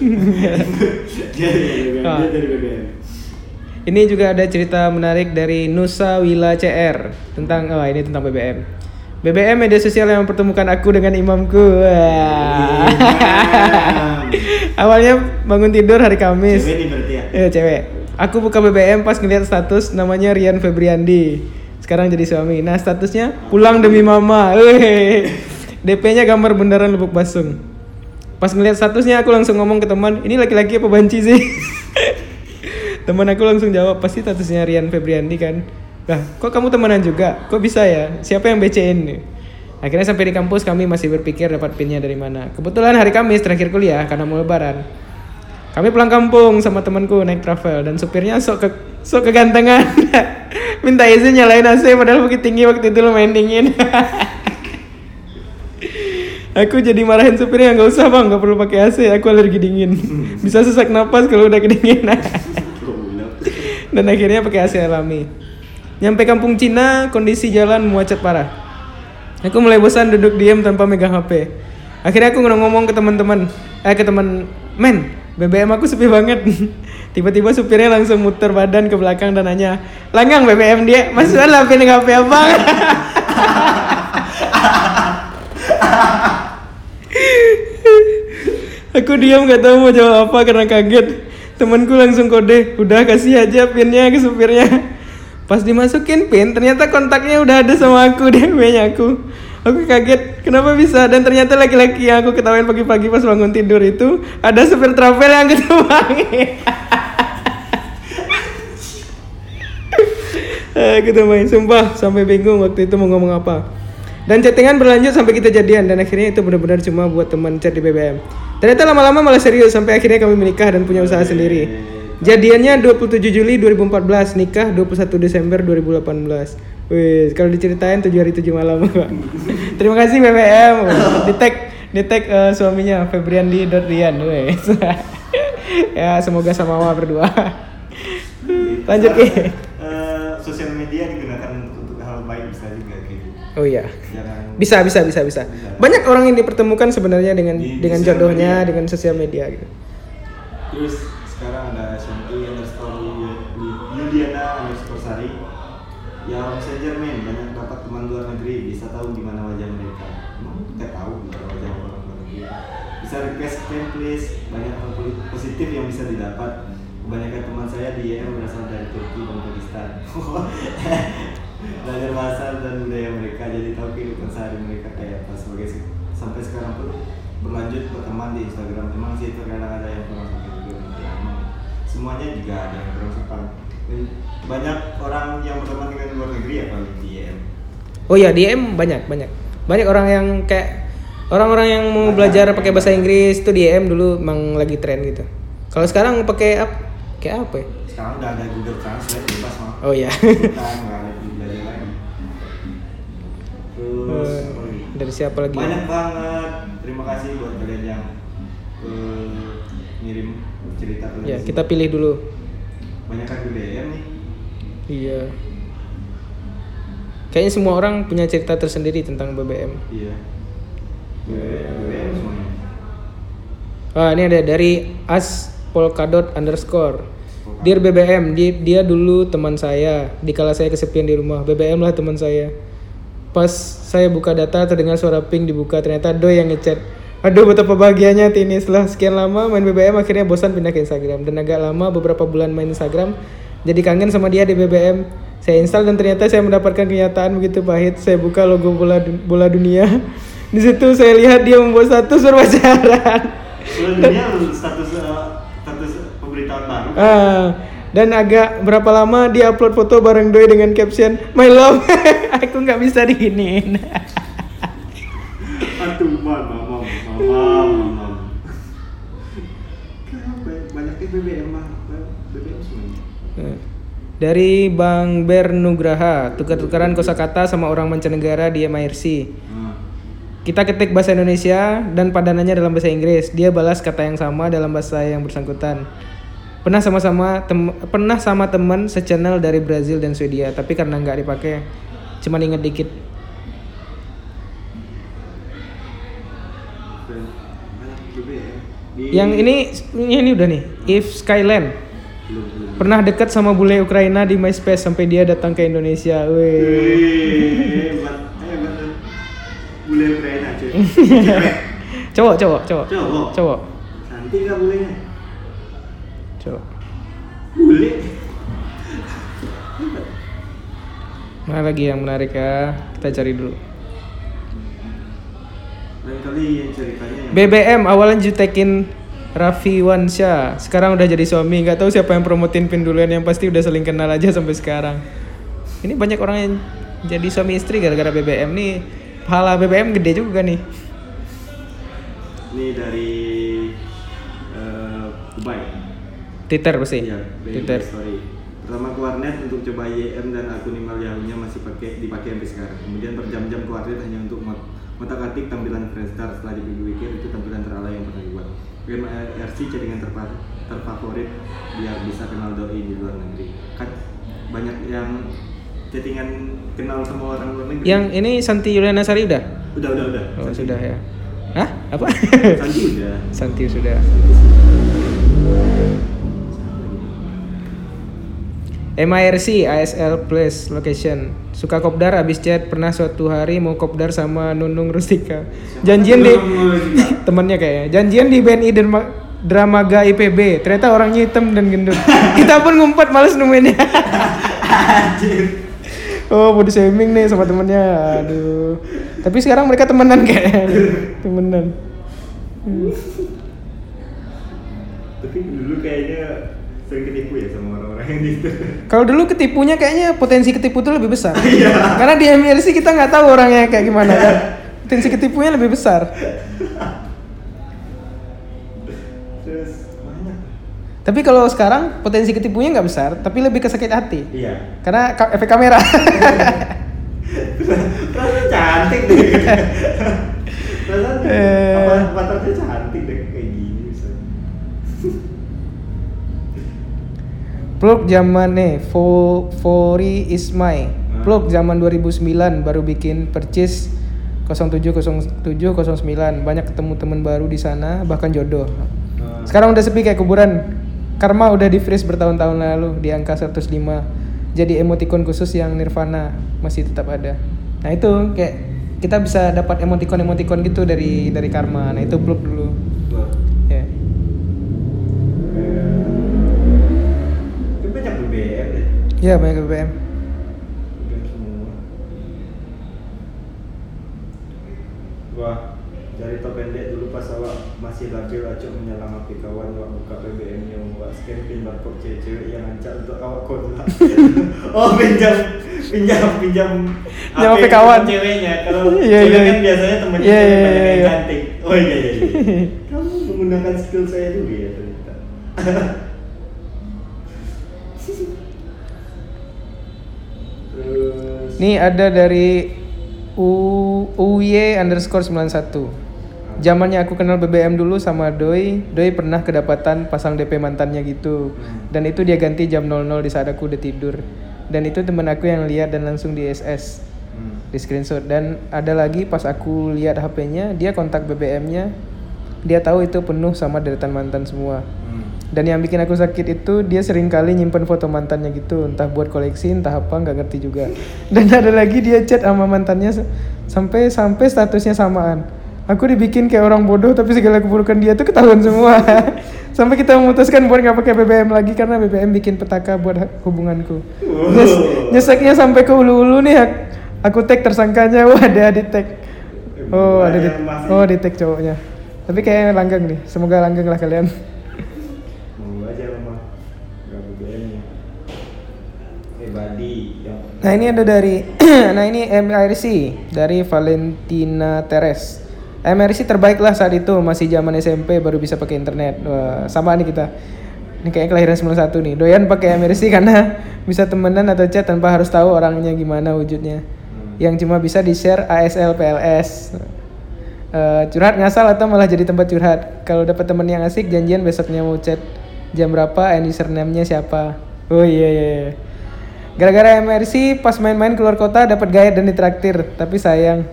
Dia dari BBM. Ini juga ada cerita menarik dari Nusa Wila CR tentang ini tentang BBM. BBM media sosial yang mempertemukan aku dengan imamku. Awalnya bangun tidur hari Kamis. Cewek nih berarti ya? Cewek. Aku buka BBM pas ngeliat status namanya Rian Febriandi. Sekarang jadi suami. Nah statusnya pulang demi mama. DP-nya gambar bundaran Lubuk Basung. Pas ngeliat statusnya aku langsung ngomong ke teman, ini laki-laki apa banci sih? Teman aku langsung jawab, pasti statusnya Rian Febriandi kan. Lah, kok kamu temenan juga? Kok bisa ya? Siapa yang BC-in nih? Akhirnya sampai di kampus kami masih berpikir dapat pinnya dari mana. Kebetulan hari Kamis terakhir kuliah karena mau lebaran. Kami pulang kampung sama temanku naik travel dan supirnya sok kegantengan. Minta izin nyalain AC padahal bukit tinggi waktu itu lumayan dingin. Aku jadi marahin supirnya, nggak usah bang, nggak perlu pakai AC, aku alergi dingin. Bisa sesak napas kalau udah kedinginan. Dan akhirnya pakai AC alami. Nyampe kampung Cina, kondisi jalan macet parah. Aku mulai bosan duduk diam tanpa megang HP. Akhirnya aku ngomong ke teman, men, BBM aku sepi banget. Tiba-tiba supirnya langsung muter badan ke belakang dan nanya, langgang BBM dia, masukan lah pindah HP abang. Aku diam gak tahu mau jawab apa karena kaget. Temanku langsung kode, udah kasih aja pinnya ke supirnya. Pas dimasukin pin, ternyata kontaknya udah ada sama aku, DP-nya aku. Aku kaget, kenapa bisa? Dan ternyata laki-laki yang aku ketawain pagi-pagi pas bangun tidur itu ada supir travel yang ketumpangi. Ketumpangi, sumpah sampai bingung waktu itu mau ngomong apa. Dan chattingan berlanjut sampai kita jadian dan akhirnya itu benar-benar cuma buat teman chat di BBM. Ternyata lama-lama malah serius sampai akhirnya kami menikah dan punya usaha sendiri. Jadiannya 27 Juli 2014, nikah 21 Desember 2018. Wih, kalau diceritain 7 hari 7 malam, Pak. Terima kasih BBM. Di tag suaminya Febriandi.Rian. Ya, semoga samawa berdua. Lanjut Ki. Sosial media digunakan untuk hal baik bisa juga gitu. Oh iya. Bisa. Banyak orang yang dipertemukan sebenarnya dengan jodohnya media. Dengan sosial media gitu. Terus sekarang ada Shanti _Yuliana_Sari. Ya Om Saint Germain banyak dapat teman luar negeri, bisa tahu di mana wajah mereka. Emang kita tahu di mana wajah orang luar negeri. Bisa request friend please, banyak hal positif yang bisa didapat. Kebanyakan teman saya di YM berasal dari Turki dan Pakistan. Belajar bahasa dan budaya mereka, jadi tahu kehidupan sehari mereka kayak apa. Sampai sekarang pun berlanjut berteman di Instagram. Memang sih terkadang ada yang kurang sopan juga. Emang semuanya juga ada yang kurang sopan. Banyak orang yang berteman dengan luar negeri ya paling di YM. Oh ya, di YM banyak orang yang kayak orang-orang yang mau belajar pakai bahasa Inggris tuh di YM dulu emang lagi tren gitu. Kalau sekarang pakai kayak apa ya? Sekarang udah ada Google Translate bebas mah. Oh iya. Kita nggak ada belajar lagi. Terus Dari siapa lagi? banyak banget. Terima kasih buat kalian yang ngirim cerita ke Ya, sini. kita pilih dulu. Banyak kan di DM nih. Iya. Kayaknya semua orang punya cerita tersendiri tentang BBM. Iya. BBM semuanya. Ini ada dari @polkadot_. Dear BBM, dia dulu teman saya. Dikala saya kesepian di rumah, BBM lah teman saya. Pas saya buka data, terdengar suara ping dibuka. Ternyata Doi yang ngechat. Aduh, betapa bahagianya Tini. Setelah sekian lama main BBM, akhirnya bosan pindah ke Instagram. Dan agak lama, beberapa bulan main Instagram, jadi kangen sama dia di BBM. Saya install dan ternyata saya mendapatkan kenyataan begitu pahit. Saya buka logo bola dunia. Di situ saya lihat dia membuat status berpacaran. Bola dunia status pemberitaan baru. Dan agak berapa lama dia upload foto bareng Doi dengan caption My love. Aku nggak bisa diginiin. Aduh, mamam. Kenapa banyaknya BBM mah? BBM semuanya. Dari Bang Ber Nugraha, tukar-tukaran kosakata sama orang mancanegara di MIRC. Kita ketik bahasa Indonesia dan padanannya dalam bahasa Inggris. Dia balas kata yang sama dalam bahasa yang bersangkutan. Pernah sama teman se-channel dari Brazil dan Swedia, tapi karena nggak dipakai, cuma inget dikit. Yang ini udah nih. If Skyland pernah dekat sama bule Ukraina di MySpace sampai dia datang ke Indonesia. Hebat. Bule Ukraina cuy. Cowok. Cantik gak bulenya? Cowok. Bule. Mana lagi yang menarik ya? Kita cari dulu. Lain kali yang ceritanya yang BBM awalnya jutekin Raffi Wansya, sekarang udah jadi suami. Nggak tahu siapa yang promotin pin duluan, yang pasti udah saling kenal aja sampai sekarang. Ini banyak orang yang jadi suami istri gara-gara BBM nih. Pahala BBM gede juga nih. Ini dari Dubai. Twitter pasti. Iya, Twitter. Sorry. Pertama ke warnet untuk coba YM dan akun email Yahoo-nya masih dipakai sampai sekarang. Kemudian berjam-jam ke warnet hanya untuk ngotak-atik tampilan Friendster. Setelah dipikir-pikir itu tampilan teralay yang pernah dibuat. RC chattingan terfavorit biar bisa kenal doi di luar negeri. Kan banyak yang chattingan kenal sama orang luar negeri. Yang ini Santi Yuliana Sari udah? Udah. Oh, Santi. sudah ya. Hah? Apa? Santi udah. Santi sudah. MIRC ASL Place Location. Suka kopdar abis chat, pernah suatu hari mau kopdar sama Nunung Rustika. Janjian di temannya kayaknya. Janjian di BNI Dramaga IPB. Ternyata orangnya hitam dan gendut. Kita pun ngumpet males nemuinnya. Oh, body shaming nih sama temennya. Aduh. Tapi sekarang mereka temenan kayaknya. Temenan. Tapi dulu kayaknya sering ketipu ya sama orang-orang yang gitu. Kalau dulu ketipunya kayaknya potensi ketipu tuh lebih besar. Karena di MIRC kita nggak tahu orangnya kayak gimana kan. Potensi ketipunya lebih besar. Terus banyak. Tapi kalau sekarang potensi ketipunya nggak besar, tapi lebih ke sakit hati. Iya. Karena efek kamera. Rasanya cantik deh. Rasanya avatarnya cantik deh kayak gini misalnya. Plug zaman Fori Ismai. Plug zaman 2009 baru bikin purchase 0709. Banyak ketemu teman baru di sana, bahkan jodoh. Sekarang udah sepi kayak kuburan. Karma udah di freeze bertahun-tahun lalu di angka 105. jadi emoticon khusus yang Nirvana masih tetap ada. Nah itu kayak kita bisa dapat emoticon gitu dari Karma. Nah itu plug dulu. Ya. Itu banyak BBM deh. Ya banyak BBM. BBM semua. Wah, dari top pendek dulu pas awak masih labil acok menyelamapi kawan awak buka BBM yang awak scan pin barcode cewek yang ancak untuk awak kontak. Oh pinjam HP kawan ceweknya. Kalau Iya, cewek iya. kan biasanya temennya Iya, cewek iya, banyak yang iya. cantik. Oh iya. Kamu menggunakan skill saya dulu ya ternyata. Terus Ini ada dari UY_91. Zamannya aku kenal BBM dulu sama Doi pernah kedapatan pasang DP mantannya gitu. Dan itu dia ganti jam 00 di saat aku udah tidur. Dan itu temen aku yang lihat dan langsung di SS, di screenshot. Dan ada lagi pas aku lihat HP-nya, dia kontak BBM-nya, dia tahu itu penuh sama deretan mantan semua. Dan yang bikin aku sakit itu dia sering kali nyimpen foto mantannya gitu, entah buat koleksi, entah apa, nggak ngerti juga. Dan ada lagi dia chat sama mantannya sampai statusnya samaan. Aku dibikin kayak orang bodoh tapi segala keburukan dia tuh ketahuan semua. Sampai kita memutuskan buat nggak pakai BBM lagi karena BBM bikin petaka buat hubunganku. Nyeseknya sampai ke ulu-ulu nih. Aku tag tersangkanya, wah ada di tag. Oh ada di tag cowoknya. Tapi kayaknya langgeng nih. Semoga langgeng lah kalian. mau aja mama nggak BBM-nya. Badi yang Nah ini ada dari nah ini MRC dari Valentina Teres. MRC terbaik lah saat itu, masih zaman SMP baru bisa pakai internet. Wah, sama nih kita. Ini kayak kelahiran 91 nih. Doyan pakai MRC karena bisa temenan atau chat tanpa harus tahu orangnya gimana wujudnya. Yang cuma bisa di-share ASL PLS. Curhat ngasal atau malah jadi tempat curhat. Kalau dapat temen yang asik janjian besoknya mau chat jam berapa, and username-nya siapa. Oh iya. Gara-gara MRC pas main-main keluar kota dapat gaya dan ditraktir, tapi sayang.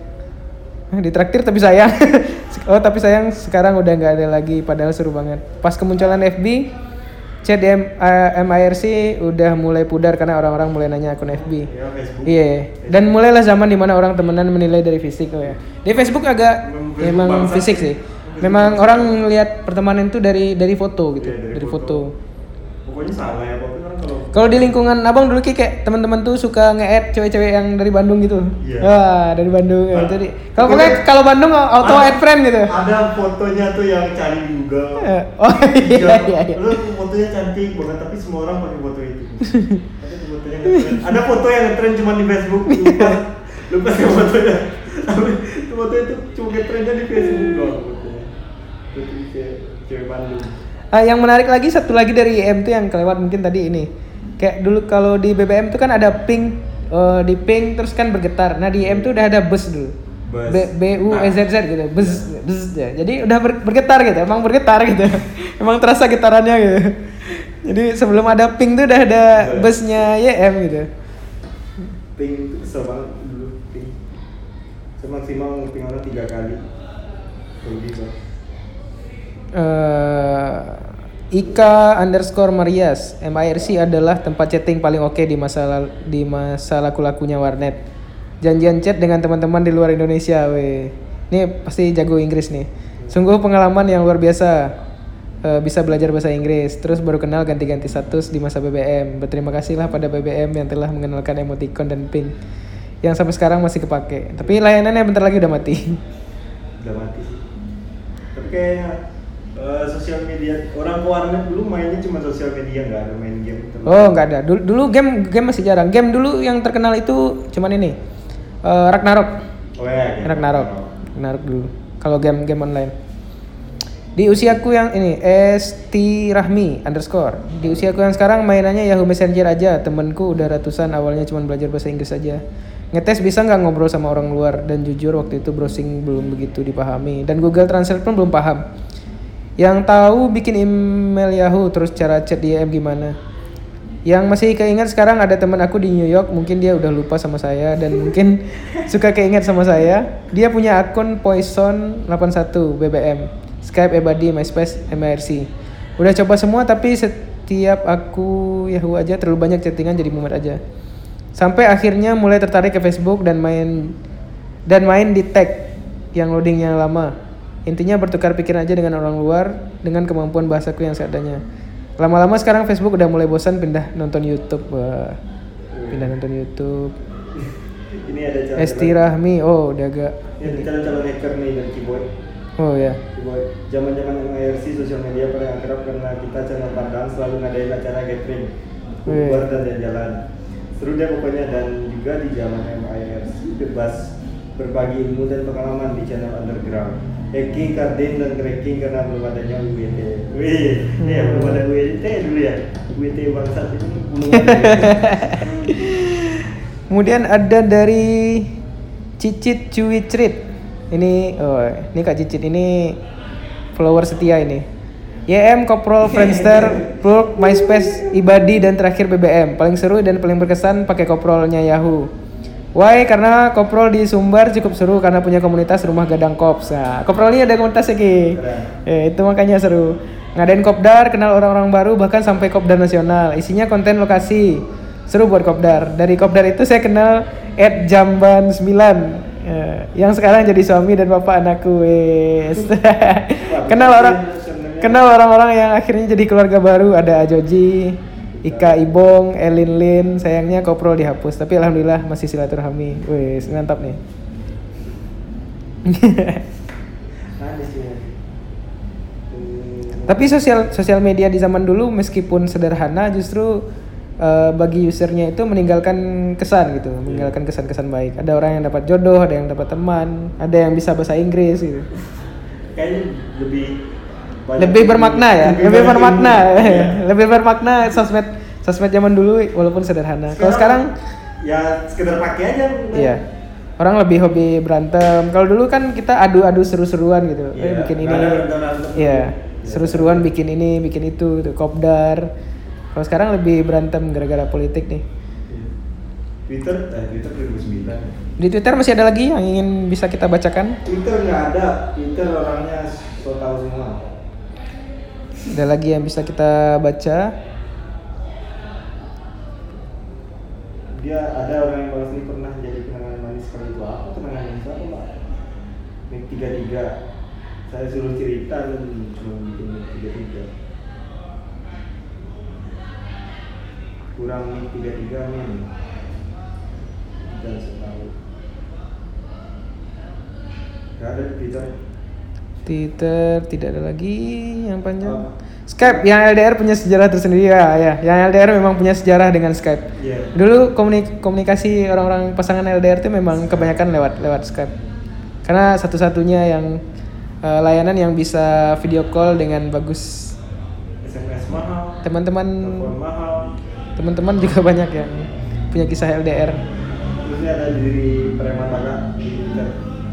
Oh tapi sayang sekarang udah nggak ada lagi, padahal seru banget. Pas kemunculan FB, chat di MIRC udah mulai pudar karena orang-orang mulai nanya akun FB. ya, Facebook. Iya. Dan mulailah zaman dimana orang temenan menilai dari fisik. Oh ya. Di Facebook agak memang fisik sih. Memang orang lihat pertemanan itu dari foto gitu, Iya, dari foto. Pokoknya salah ya apapun orang Kalau di lingkungan abang dulu kayak teman-teman tuh suka nge-add cewek-cewek yang dari Bandung gitu. Iya. Wah dari Bandung. Ya. Jadi kalau Pokoknya- pokoknya kalau Bandung auto add friend gitu. ada fotonya tuh yang cari di Google. Oh iya. Lu fotonya cantik banget tapi semua orang pakai foto itu. Ada tuh fotonya ngetren. Ada foto yang ngetren cuma di Facebook. Lupa sih fotonya. Tapi itu foto itu cuma ngetrennya di Facebook doang fotonya. Itu cewek Bandung. Yang menarik lagi satu lagi dari IM tuh yang kelewat mungkin tadi ini. Kayak dulu kalau di BBM tuh kan ada ping, di ping terus kan bergetar. Nah di IM tuh udah ada buzz dulu. Buzz. BUZZ gitu. Buzz ya. Jadi udah bergetar gitu. Emang bergetar gitu. Emang terasa getarannya gitu. Jadi sebelum ada ping tuh udah ada buzznya YM gitu. Ping itu kesel banget dulu ping. Semaksimal ping orang 3 kali. Rugi banget. Ika_Marias MIRC adalah tempat chatting paling oke di masa laku-lakunya warnet. Janjian chat dengan teman-teman di luar Indonesia, weh. Ini pasti jago Inggris nih. Sungguh pengalaman yang luar biasa. Bisa belajar bahasa Inggris, terus baru kenal ganti-ganti status di masa BBM. Berterima kasihlah pada BBM yang telah mengenalkan emoticon dan ping yang sampai sekarang masih kepake. Tapi layanannya bentar lagi udah mati. Udah mati sih. Tapi kayaknya sosial media orang ke warnet dulu mainnya cuma sosial media, nggak ada main game. Oh nggak ada. Dulu game masih jarang. Game dulu yang terkenal itu cuman ini Ragnarok. Oh ya. Ragnarok dulu. Kalau game online. Di usiaku yang ini @rahmi_. Di usiaku yang sekarang mainannya Yahoo Messenger aja. Temenku udah ratusan awalnya cuma belajar bahasa Inggris aja. Ngetes bisa nggak ngobrol sama orang luar, dan jujur waktu itu browsing belum begitu dipahami dan Google Translate pun belum paham. Yang tahu bikin email Yahoo, terus cara chat DM gimana. Yang masih keinget sekarang ada teman aku di New York, mungkin dia udah lupa sama saya dan mungkin suka keinget sama saya. Dia punya akun Poison81 BBM, Skype, Ebadi, MySpace, MIRC. Udah coba semua tapi Setiap aku Yahoo aja terlalu banyak chattingan jadi mumet aja. Sampai akhirnya mulai tertarik ke Facebook dan main di tag yang loadingnya lama. Intinya bertukar pikiran aja dengan orang luar dengan kemampuan bahasaku yang seadanya. Lama-lama sekarang Facebook udah mulai bosan pindah nonton YouTube. Wah, pindah nonton YouTube. Ini ada calon Esti Rahmi, oh udah agak. Ini ada calon hacker nih dari keyboard. Oh ya. Keyboard. Zaman-zaman MIRC sosial media paling akrab karena kita channel Padang selalu ngadain acara gathering, bubar dan jalan-jalan. Seru deh pokoknya, dan juga di zaman MIRC bebas berbagi ilmu dan pengalaman di channel underground. Hacking, carding, dan cracking karena belum adanya UWT. Wih, ya belum ada UWT dulu ya. UWT bangsat itu belum ada. Kemudian ada dari Cicit Cuwicrit. Ini Kak Cicit ini follower setia ini. YM, Koprol, Friendster, Plurk, MySpace, Ibadi, dan terakhir BBM. Paling seru dan paling berkesan pakai Koprolnya Yahoo. Why? Karena Koprol di Sumbar cukup seru karena punya komunitas Rumah Gadang Kops. Nah, Koprol ini ada komunitasnya Ki. Itu makanya seru. Ngadain kopdar, kenal orang-orang baru, bahkan sampai kopdar nasional. Isinya konten lokasi. Seru buat kopdar. Dari kopdar itu saya kenal @jamban9 yang sekarang jadi suami dan bapak anakku. Kenal orang-orang yang akhirnya jadi keluarga baru. Ada Ajoji, Ika Ibong, Elin Lin. Sayangnya Koprol dihapus, tapi alhamdulillah masih silaturahmi. Wes, mantap nih. Tapi sosial media di zaman dulu meskipun sederhana justru bagi usernya itu meninggalkan kesan gitu, meninggalkan kesan-kesan baik. Ada orang yang dapat jodoh, ada yang dapat teman, ada yang bisa bahasa Inggris gitu. Kayaknya lebih bermakna ya, lebih bermakna. Lebih bermakna sosmed zaman dulu walaupun sederhana. Kalau sekarang ya sekedar pakai aja. Iya. Orang lebih hobi berantem. Kalau dulu kan kita adu-adu seru-seruan gitu. Bikin ini. Iya. Seru-seruan bikin ini, bikin itu, gitu. Kopdar. Kalau sekarang lebih berantem gara-gara politik nih. Twitter 2009. Di Twitter masih ada lagi yang ingin bisa kita bacakan? Twitter nggak ada. Twitter orangnya so tahu semua. Ada lagi yang bisa kita baca? Dia ada orang yang balas ini pernah jadi kenangan manis kali itu apa? Kenangan manis apa Pak? Mic 33. Saya suruh cerita dan cuma bikin Mic 33. Kurang Mic 33 min. Dan setahun. Gak ada di Twitter tidak ada lagi yang panjang. Skype yang LDR punya sejarah tersendiri ya. Yang LDR memang punya sejarah dengan Skype. Yeah. Dulu komunikasi orang-orang pasangan LDR itu memang kebanyakan lewat Skype. Karena satu-satunya yang layanan yang bisa video call dengan bagus. SMS mahal. Teman-teman Mahal. Teman-teman juga banyak yang punya kisah LDR. Terusnya ada di preman baga di Twitter.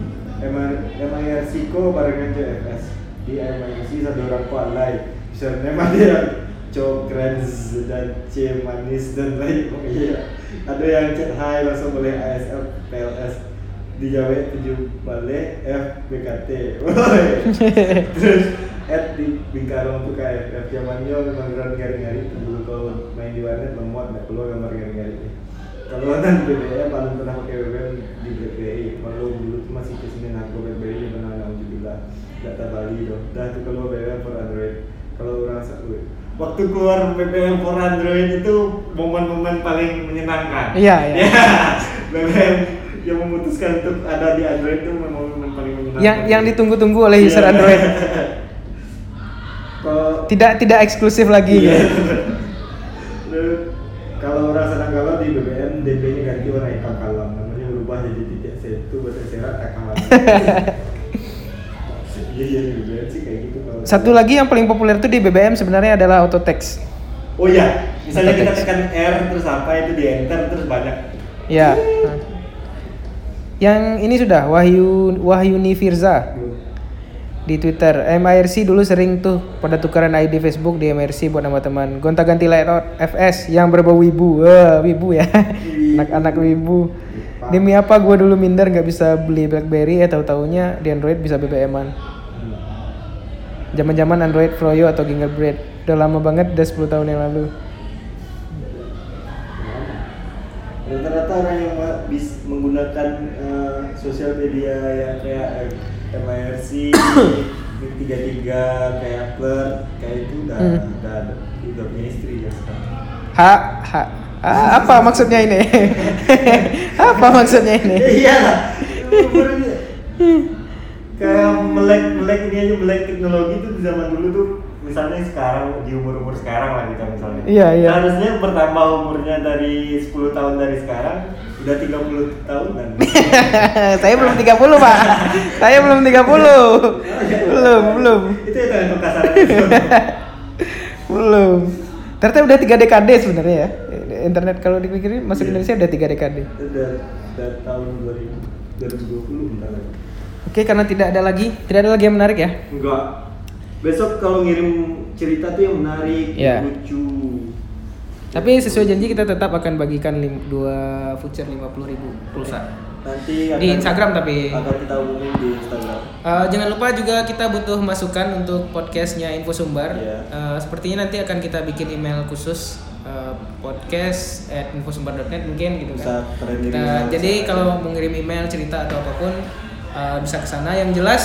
MIRC ko barengan JFS. Di MIRC satu orang ko alay. Username dia Cokrans dan C manis dan lain. Oh iya. Ada yang chat hai langsung boleh ASL PLS. Dijawab 7 balik FBKT. Terus di Bingkarong tuh KFF zamannya memang garing-garing dulu kalau main di warnet memuat nggak keluar gambar garing-garing. Kalau kan BBM paling pernah pakai BBM di BlackBerry. Kalau dulu tuh masih kesini aku BlackBerry di mana alhamdulillah data Bali tuh. Dah tuh kalau BBM for Android. Kalau orang satu waktu keluar BBM for Android itu momen-momen paling menyenangkan. Iya. BBM yang memutuskan untuk ada di Android itu memang paling menyenangkan. Yang ditunggu-tunggu oleh user Android. Tidak eksklusif lagi. Kalau orang senang galau di BBM DP-nya ganti warna hitam kalam, namanya berubah jadi titik satu bahasa serat kakak. Iya di BBM sih kayak gitu. Satu lagi yang paling populer tuh di BBM sebenarnya adalah auto text. Oh iya, misalnya kita tekan R terus apa itu di enter terus banyak. Ya. Yang ini sudah Wahyuni Firza di Twitter. MIRC dulu sering tuh pada tukaran ID Facebook di MIRC buat nama teman. Gonta-ganti layout FS yang berbau wibu. Wibu ya. Anak-anak wibu. Demi apa gue dulu minder nggak bisa beli BlackBerry tahu-taunya di Android bisa BBM-an. Zaman-zaman Android Froyo atau Gingerbread. Udah lama banget, udah 10 tahun yang lalu. Rata-rata orang yang menggunakan sosial media yang kayak MIRC, 33, kayak Blur, kayak itu udah punya istri ya sekarang. Apa maksudnya ini? Apa maksudnya ini? Iya. Kayak melek ini aja, melek teknologi tuh di zaman dulu tuh, misalnya sekarang di umur sekarang lah kita misalnya. Iya. Harusnya bertambah umurnya dari 10 tahun dari sekarang udah 30 tahunan. Saya belum 30, Pak. Saya belum 30. Belum. Itu yang pekasaran. Belum. Ternyata udah 3 dekade sebenarnya ya. Internet kalau dipikirin masuk Indonesia udah 3 dekade. Udah tahun 2020 bentar lagi. Oke, karena tidak ada lagi yang menarik ya. Enggak. Besok kalau ngirim cerita tuh yang menarik, Ya. lucu. Tapi sesuai janji kita tetap akan bagikan 2 voucher 50.000 pulsa. Nanti Di Instagram tapi. akan kita umumin di Instagram. Jangan lupa juga kita butuh masukan untuk podcastnya Info Sumbar. Yeah. Sepertinya nanti akan kita bikin email khusus podcast@infosumbar.net mungkin gitu kan. Jadi kalau mau ngirim email cerita atau apapun bisa ke sana. Yang jelas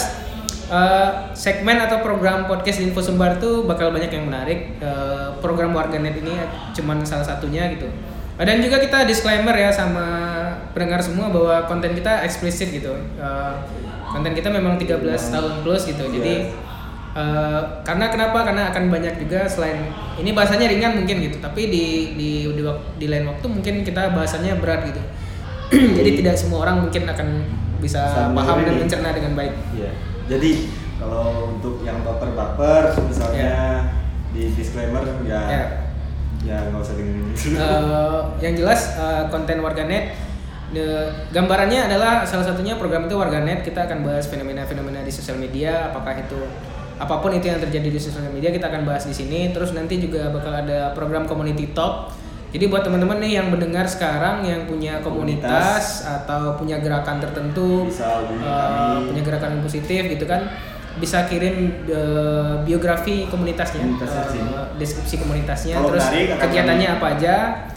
segmen atau program podcast di Info Sumbar tuh bakal banyak yang menarik. Program Warganet ini cuman salah satunya gitu. Dan juga kita disclaimer ya sama pendengar semua bahwa konten kita eksplisit gitu. Konten kita memang 13 tahun plus gitu. Jadi karena kenapa? Karena akan banyak juga selain ini bahasanya ringan mungkin gitu. Tapi di lain waktu mungkin kita bahasanya berat gitu. Jadi tidak semua orang mungkin akan bisa paham dan mencerna dengan baik. Iya. Jadi kalau untuk yang baper misalnya di disclaimer ya nggak usah dengerin. Yang jelas konten Warganet gambarannya adalah salah satunya program itu Warganet. Kita akan bahas fenomena-fenomena di sosial media, apakah itu apapun itu yang terjadi di sosial media kita akan bahas di sini. Terus nanti juga bakal ada program community talk. Jadi buat teman-teman nih yang mendengar sekarang yang punya komunitas atau punya gerakan tertentu, punya gerakan yang positif gitu kan, bisa kirim biografi komunitasnya, deskripsi komunitasnya, terus kegiatannya apa aja.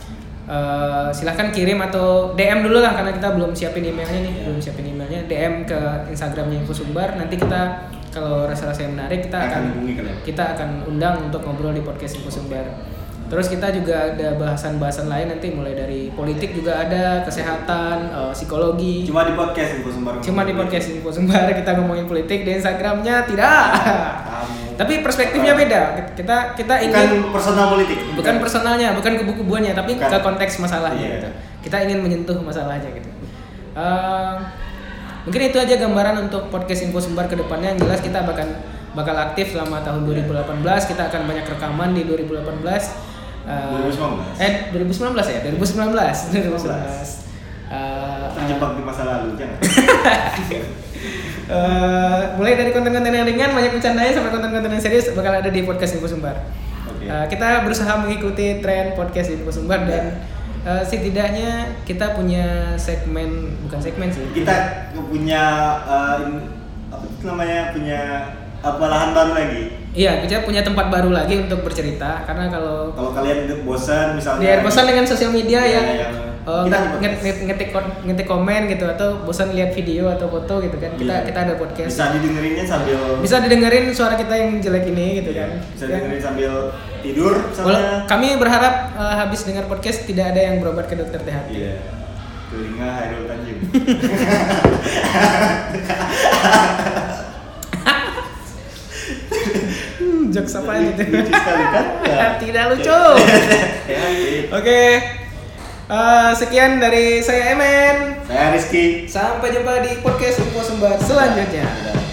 Silahkan kirim atau DM dulu lah karena kita belum siapin emailnya nih, DM ke Instagramnya Info Sumbar. Nanti kita kalau rasa-rasa yang menarik kita akan undang untuk ngobrol di podcast Info Sumbar. Terus kita juga ada bahasan-bahasan lain nanti mulai dari politik juga ada, kesehatan, psikologi. Cuma di podcast Info Sumbar kita ngomongin politik, di Instagramnya tidak. Tapi perspektifnya beda. Kita ingin bukan personal politik. Bukan personalnya, bukan kubu-kubuannya, tapi ke konteks masalahnya gitu. Kita ingin menyentuh masalahnya gitu. Mungkin itu aja gambaran untuk podcast Info Sumbar ke depannya. Yang jelas kita bakal aktif selama tahun 2018. Kita akan banyak rekaman di 2018. 2019 ya? 2019. Terjebak di masa lalu, jangan. Mulai dari konten-konten yang ringan, banyak bercandanya, sampai konten-konten yang serius bakal ada di podcast Info Sumbar. Kita berusaha mengikuti tren podcast Info Sumbar dan setidaknya kita punya bukan segmen sih. Kita punya punya lahan baru lagi. Iya, kita punya tempat baru lagi untuk bercerita karena kalau kalian bosan misalnya bosan dengan sosial media ngetik komen gitu atau bosan lihat video atau foto gitu kan, kita ada podcast. Bisa didengerin suara kita yang jelek ini gitu kan. Bisa dengerin sambil tidur misalnya. Kami berharap habis dengar podcast tidak ada yang berobat ke dokter THT. Iya. Telinga Hairul Tanjung. Jokes apa gitu? Lucu sekali kan? Tidak lucu. Oke. Sekian dari saya Emen. Saya Rizky. Sampai jumpa di podcast Info Sumbar selanjutnya.